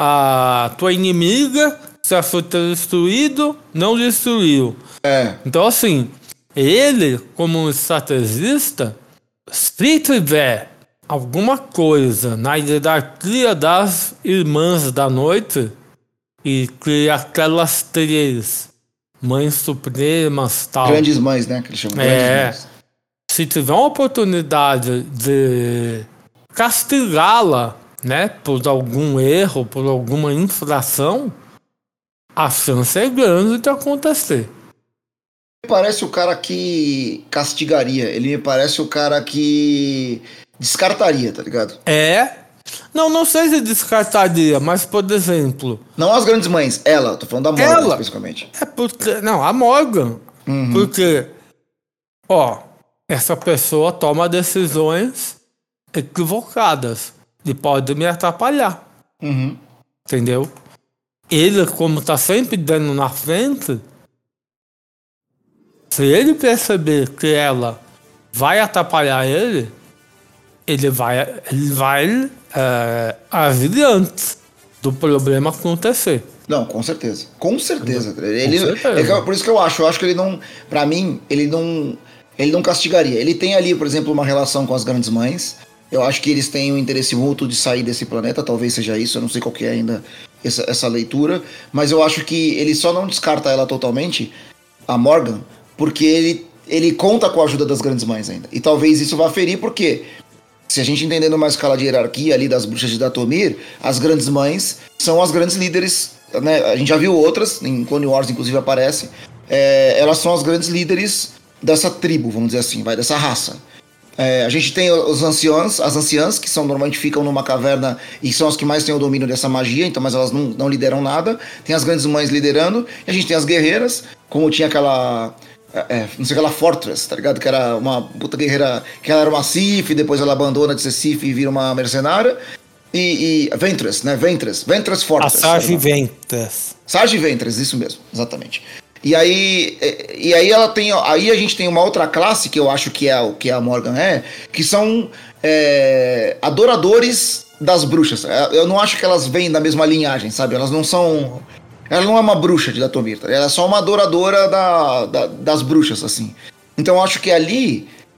A tua inimiga já foi destruído, não destruiu. Então, assim, ele, como um estrategista, se tiver alguma coisa na hierarquia das Irmãs da Noite, e que aquelas três mães supremas tal.
Grandes mães, né? Que eles chamam grandes mães.
Se tiver uma oportunidade de castigá-la, né, por algum erro, por alguma infração, a chance é grande de acontecer.
Ele me parece o cara que castigaria, ele me parece o cara que descartaria, tá ligado?
Não sei se descartaria, mas, por exemplo...
Não as grandes mães, tô falando da Morgan especificamente.
A Morgan, porque, essa pessoa toma decisões equivocadas e pode me atrapalhar. Entendeu? Ele, como tá sempre dando na frente, se ele perceber que ela vai atrapalhar ele vai agir antes do problema acontecer.
Não, com certeza. Com certeza. Por isso que eu acho que ele não... Pra mim, ele não castigaria. Ele tem ali, por exemplo, uma relação com as grandes mães. Eu acho que eles têm um interesse mútuo de sair desse planeta. Talvez seja isso. Eu não sei qual que é ainda essa leitura. Mas eu acho que ele só não descarta ela totalmente, a Morgan, porque ele conta com a ajuda das grandes mães ainda. E talvez isso vá ferir, porque se a gente entendendo uma escala de hierarquia ali das bruxas de Dathomir, as grandes mães são as grandes líderes, né? A gente já viu outras, em Clone Wars inclusive aparece. Elas são as grandes líderes dessa tribo, vamos dizer assim, dessa raça. A gente tem as anciãs, que normalmente ficam numa caverna e são as que mais têm o domínio dessa magia, então, mas elas não lideram nada. Tem as grandes mães liderando, e a gente tem as guerreiras, como tinha aquela... não sei, aquela Fortress, tá ligado? Que era uma puta guerreira, que ela era uma Sith, depois ela abandona de ser Sith e vira uma mercenária. E Ventress, né? Ventress Fortress.
A Sarge Ventress.
Sarge Ventress, isso mesmo, exatamente. E aí ela tem, aí a gente tem uma outra classe que eu acho que é o que a Morgan que são adoradores das bruxas. Eu não acho que elas vêm da mesma linhagem, sabe? Ela não é uma bruxa de Dathomir, tá? Ela é só uma adoradora das bruxas, assim. Então eu acho que ali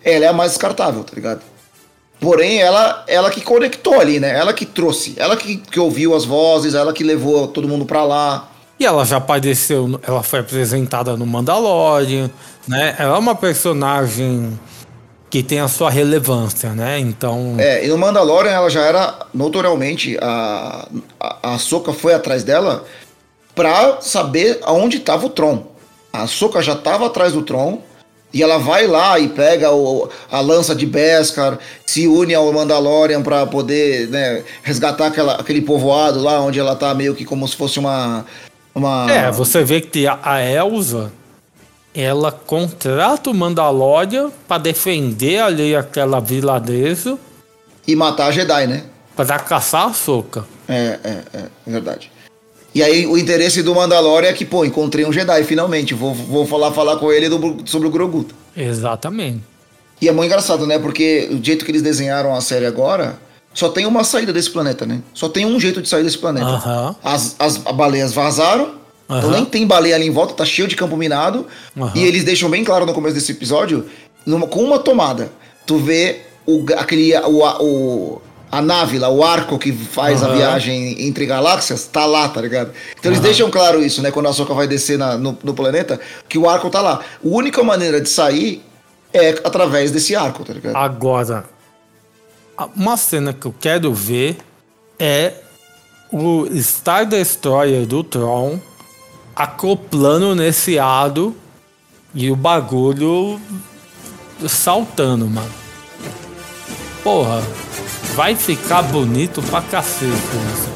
ela é a mais descartável, tá ligado? Porém, ela que conectou ali, né? Ela que trouxe, ela que ouviu as vozes, ela que levou todo mundo pra lá.
E ela já apareceu, ela foi apresentada no Mandalorian, né? Ela é uma personagem que tem a sua relevância, né? Então,
E no Mandalorian ela já era, notoriamente, a Ahsoka foi atrás dela pra saber aonde tava o Tron. A Ahsoka já tava atrás do Tron, e ela vai lá e pega a lança de Beskar, se une ao Mandalorian pra poder, né, resgatar aquele povoado lá, onde ela tá meio que como se fosse uma...
você vê que a Elsa, ela contrata o Mandalorian pra defender ali aquela vilarejo
E matar a Jedi, né?
pra caçar a Ahsoka.
É verdade. E aí o interesse do Mandalorian é que, pô, encontrei um Jedi finalmente, vou falar com ele sobre o Grogu.
Exatamente.
E é muito engraçado, né? Porque o jeito que eles desenharam a série agora, só tem uma saída desse planeta, né? Só tem um jeito de sair desse planeta.
Aham.
As baleias vazaram, então
Aham.
nem tem baleia ali em volta, tá cheio de campo minado.
Aham.
E eles deixam bem claro no começo desse episódio, com uma tomada, tu vê a nave lá, o arco que faz a
Aham.
viagem entre galáxias, tá lá, tá ligado? Então eles deixam claro isso, né? Quando a Ahsoka vai descer no planeta, que o arco tá lá. A única maneira de sair é através desse arco, tá ligado?
Agora, uma cena que eu quero ver é o Star Destroyer do Tron acoplando nesse aro e o bagulho saltando, mano. Porra, vai ficar bonito pra cacete isso.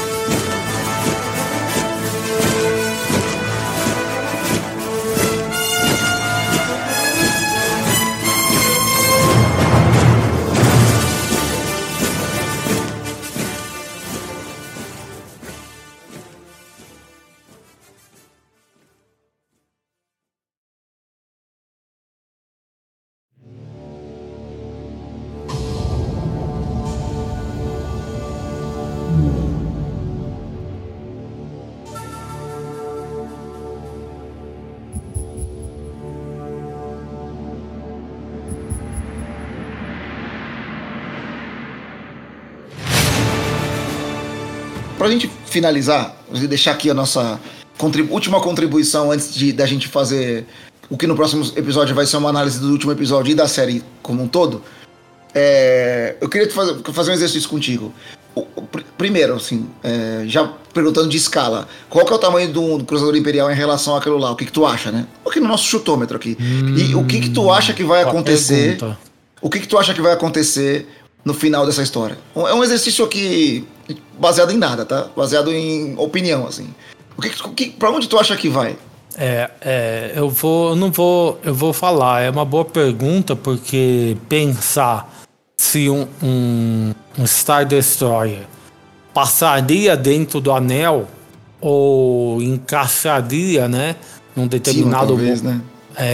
Pra gente finalizar, e deixar aqui a nossa última contribuição antes da gente fazer o que no próximo episódio vai ser uma análise do último episódio e da série como um todo, eu queria fazer um exercício contigo. Primeiro, assim, já perguntando de escala, qual que é o tamanho do Cruzador Imperial em relação àquilo lá? O que tu acha, né? Aqui no nosso chutômetro aqui. E o que tu acha que vai acontecer?
Pergunta.
O que tu acha que vai acontecer no final dessa história? É um exercício aqui baseado em nada, tá? Baseado em opinião, assim. Pra onde tu acha que vai?
Eu vou falar. É uma boa pergunta, porque pensar se um Star Destroyer passaria dentro do anel ou encaixaria, né, num determinado...
Sim, talvez, né?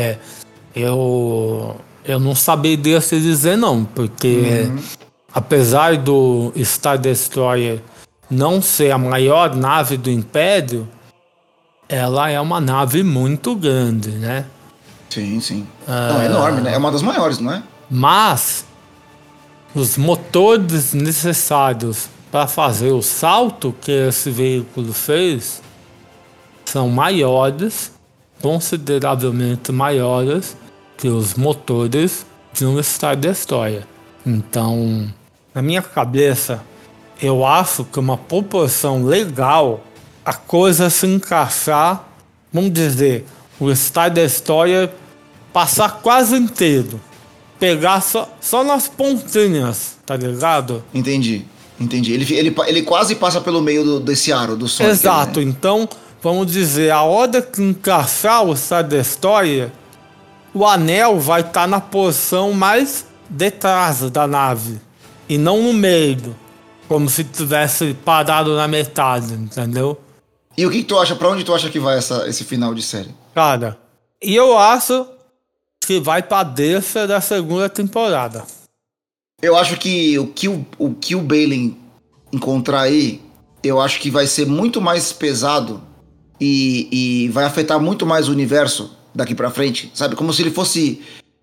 Eu não saberia se dizer não, porque apesar do Star Destroyer não ser a maior nave do Império, ela é uma nave muito grande, né?
Sim. Não, é enorme, né? É uma das maiores, não é?
Mas os motores necessários para fazer o salto que esse veículo fez são maiores, consideravelmente maiores que os motores de um Star Destroyer. Então, na minha cabeça, eu acho que uma proporção legal, a coisa se encaixar, vamos dizer, o Star Destroyer passar quase inteiro, pegar só nas pontinhas, tá ligado?
Entendi. Ele quase passa pelo meio desse aro, do Sonic.
Exato,
né?
então, vamos dizer, a hora que encaixar o Star Destroyer, o anel vai estar na posição mais detrás da nave e não no meio, como se tivesse parado na metade, entendeu?
E o que tu acha? Pra onde tu acha que vai esse final de série?
Cara, e eu acho que vai pra deixa da segunda temporada.
Eu acho que o que o Baylan encontrar aí, eu acho que vai ser muito mais pesado e vai afetar muito mais o universo daqui pra frente, sabe? Como se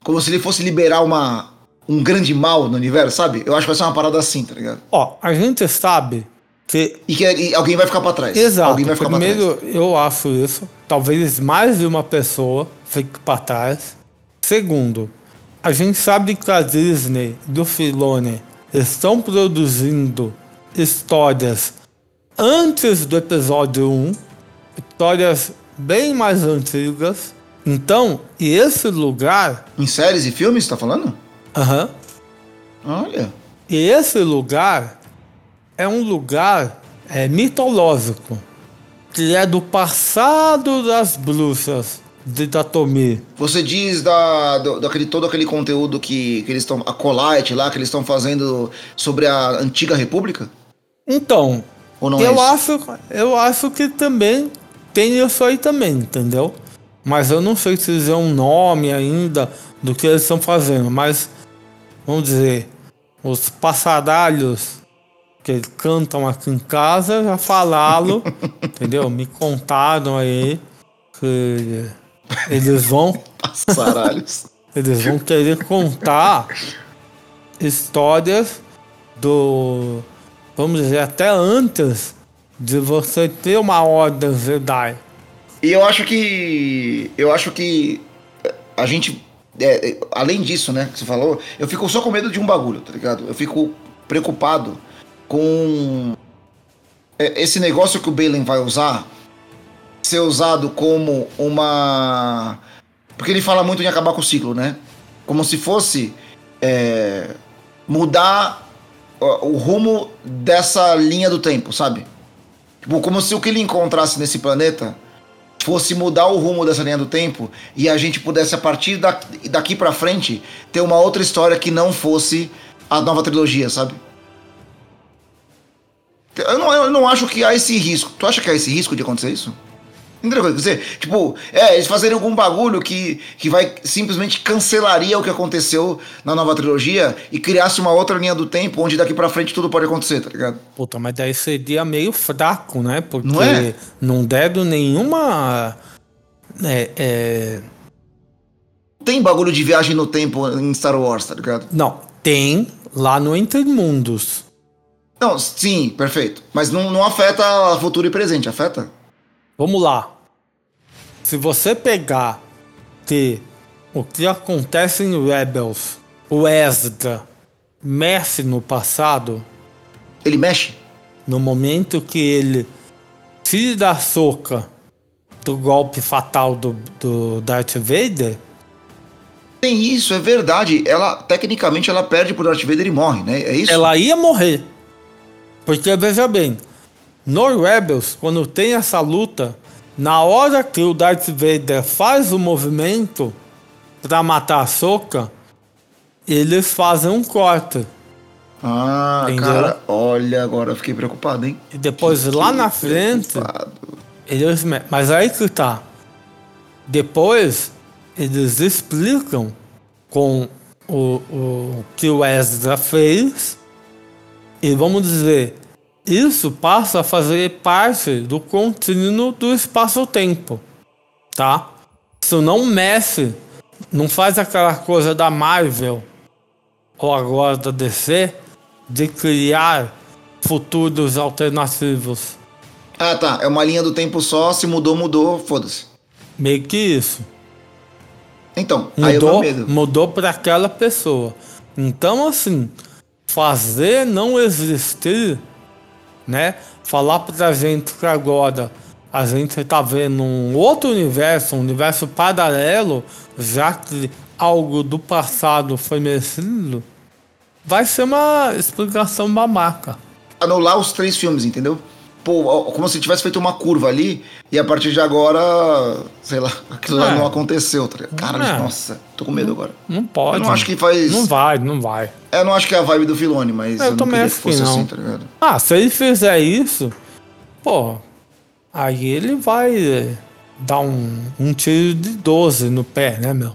Como se ele fosse liberar um grande mal no universo, sabe? Eu acho que vai ser uma parada assim, tá ligado?
Ó, a gente sabe que...
E alguém vai ficar pra trás.
Exato.
Alguém vai ficar
Primeiro,
pra trás.
eu acho isso. Talvez mais de uma pessoa fique pra trás. Segundo, a gente sabe que a Disney do Filoni estão produzindo histórias antes do episódio 1, histórias bem mais antigas. Então, e esse lugar...
Em séries e filmes, você tá falando?
Aham.
Olha.
E esse lugar é um lugar mitológico, que é do passado das bruxas de Datomir.
Você diz todo aquele conteúdo que eles estão... A Colite lá, que eles estão fazendo sobre a Antiga República?
Então,
Ou não
eu acho que também tem isso aí também, entendeu? Mas eu não sei se dizer um nome ainda do que eles estão fazendo, mas vamos dizer, os passadalhos que cantam aqui em casa já falaram, entendeu? Me contaram aí que eles vão querer contar histórias vamos dizer, até antes de você ter uma ordem Jedi.
E eu acho que a gente, além disso, né, que você falou, eu fico só com medo de um bagulho, tá ligado? Eu fico preocupado com esse negócio que o Baylan vai usar ser usado como uma... Porque ele fala muito em acabar com o ciclo, né? Como se fosse mudar o rumo dessa linha do tempo, sabe? Tipo, como se o que ele encontrasse nesse planeta fosse mudar o rumo dessa linha do tempo e a gente pudesse, a partir daqui pra frente, ter uma outra história que não fosse a nova trilogia, sabe? Eu não acho que há esse risco. Tu acha que há esse risco de acontecer isso? Entendeu o que eu quero dizer? Tipo, eles fazerem algum bagulho que vai simplesmente cancelaria o que aconteceu na nova trilogia e criasse uma outra linha do tempo onde daqui pra frente tudo pode acontecer, tá ligado?
Puta, mas daí seria meio fraco, né? Porque
não é?
Não deram nenhuma...
Tem bagulho de viagem no tempo em Star Wars, tá ligado?
Não, tem lá no Entre Mundos.
Não, sim, perfeito. Mas não afeta futuro e presente, afeta?
Vamos lá. Se você pegar o que acontece em Rebels, o Ezra mexe no passado.
Ele mexe?
No momento que ele tira da soca do golpe fatal do Darth Vader.
Tem isso, é verdade. Tecnicamente, ela perde pro Darth Vader e morre, né? É isso?
Ela ia morrer. Porque, veja bem, no Rebels, quando tem essa luta, na hora que o Darth Vader faz o movimento pra matar a Ahsoka, eles fazem um corte.
Ah, entendeu? Cara, olha, agora eu fiquei preocupado, hein?
E depois lá na frente, mas aí que tá. Depois, eles explicam com o que o Ezra fez e vamos dizer, isso passa a fazer parte do contínuo do espaço-tempo, tá? Isso não mexe, não faz aquela coisa da Marvel ou agora da DC de criar futuros alternativos.
Ah, tá. É uma linha do tempo só, se mudou, foda-se.
Meio que isso.
Então, aí eu tenho medo.
Mudou para aquela pessoa. Então, assim, fazer não existir, né? Falar pra gente que agora a gente tá vendo um outro universo, um universo paralelo, já que algo do passado foi mexido, vai ser uma explicação babaca.
Anular os 3 filmes, entendeu? Pô, como se tivesse feito uma curva ali e a partir de agora, sei lá, aquilo lá não aconteceu, tá ligado? Cara, nossa, tô com medo agora.
Não pode.
Eu não acho que faz...
Não vai.
Eu não acho que é a vibe do Filoni, mas eu não
também
queria que fosse
não.
assim, tá ligado?
Ah, se ele fizer isso, pô, aí ele vai dar um tiro de 12 no pé, né, meu?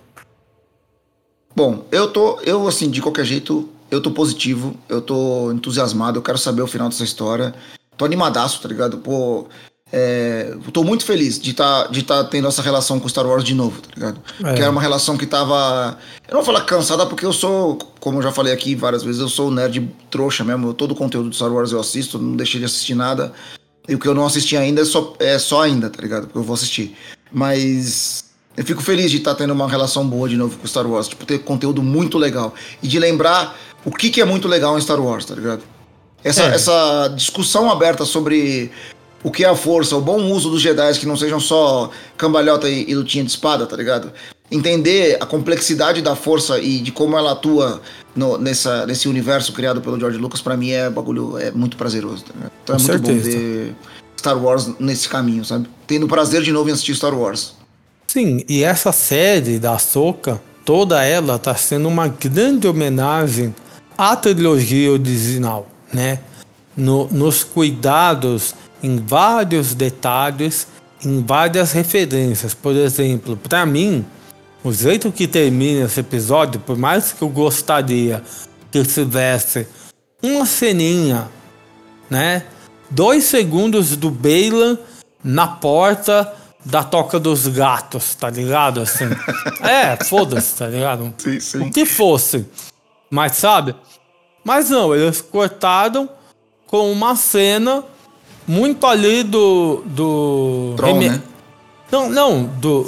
Bom, eu assim, de qualquer jeito, eu tô positivo, eu tô entusiasmado, eu quero saber o final dessa história. Tô animadaço, tá ligado? Pô, Tô muito feliz de tá tendo essa relação com Star Wars de novo, tá ligado? Que era uma relação que tava... Eu não vou falar cansada, porque eu sou, como eu já falei aqui várias vezes, eu sou nerd trouxa mesmo. Todo o conteúdo do Star Wars eu assisto, não deixei de assistir nada. E o que eu não assisti ainda é só ainda, tá ligado? Porque eu vou assistir. Mas eu fico feliz de estar tendo uma relação boa de novo com Star Wars. Tipo, ter conteúdo muito legal. E de lembrar o que é muito legal em Star Wars, tá ligado? Essa discussão aberta sobre o que é a força, o bom uso dos Jedi, que não sejam só cambalhota e lutinha de espada, tá ligado? Entender a complexidade da força e de como ela atua nesse universo criado pelo George Lucas, pra mim é muito prazeroso, tá ligado? Então é muito bom ver Star Wars nesse caminho, sabe? Tendo prazer de novo em assistir Star Wars.
Sim, e essa série da Ahsoka, toda ela tá sendo uma grande homenagem à trilogia original, né? Nos cuidados em vários detalhes, em várias referências. Por exemplo, para mim, o jeito que termina esse episódio, por mais que eu gostaria que tivesse uma ceninha, né? 2 segundos do Baylan na porta da Toca dos Gatos, tá ligado? Assim. Foda-se, tá ligado?
Sim.
O que fosse. Mas sabe? Mas não, eles cortaram com uma cena muito ali do
Tron, né?
Não, do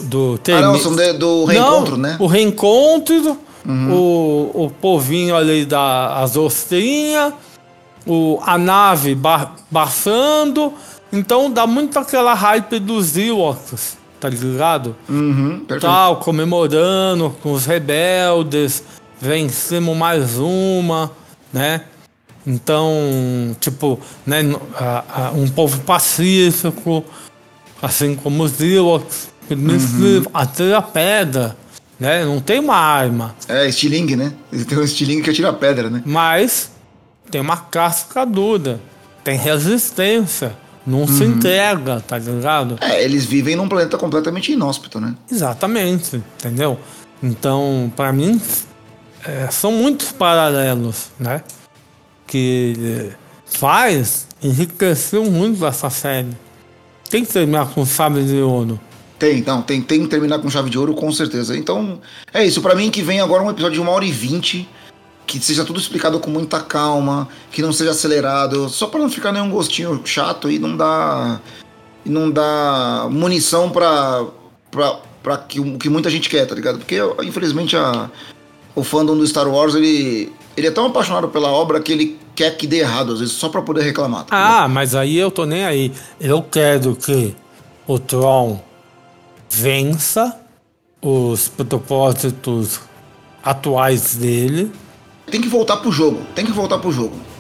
do reencontro, né?
O reencontro, o povinho ali das ostrinhas, a nave baixando. Então dá muito aquela hype dos Ewoks, tá ligado? Tal, comemorando com os rebeldes, vencemos mais uma, né? Então, tipo, né, um povo pacífico, assim como os Ewoks, atira pedra, né? Não tem uma arma.
Estilingue, né? Ele tem um estilingue que atira pedra, né?
Mas tem uma casca dura, tem resistência, não se entrega, tá ligado?
Eles vivem num planeta completamente inóspito, né?
Exatamente, entendeu? Então, pra mim, são muitos paralelos, né? Que enriqueceu muito essa série. Tem que terminar com chave de ouro.
Tem que terminar com chave de ouro, com certeza. Então, é isso. Pra mim, que vem agora um episódio de 1h20, que seja tudo explicado com muita calma, que não seja acelerado, só pra não ficar nenhum gostinho chato e não dar munição pra que muita gente quer, tá ligado? Porque, infelizmente, o fandom do Star Wars, ele é tão apaixonado pela obra que ele quer que dê errado, às vezes, só pra poder reclamar. Tá
mas aí eu tô nem aí. Eu quero que o Tron vença os propósitos atuais dele.
Tem que voltar pro jogo.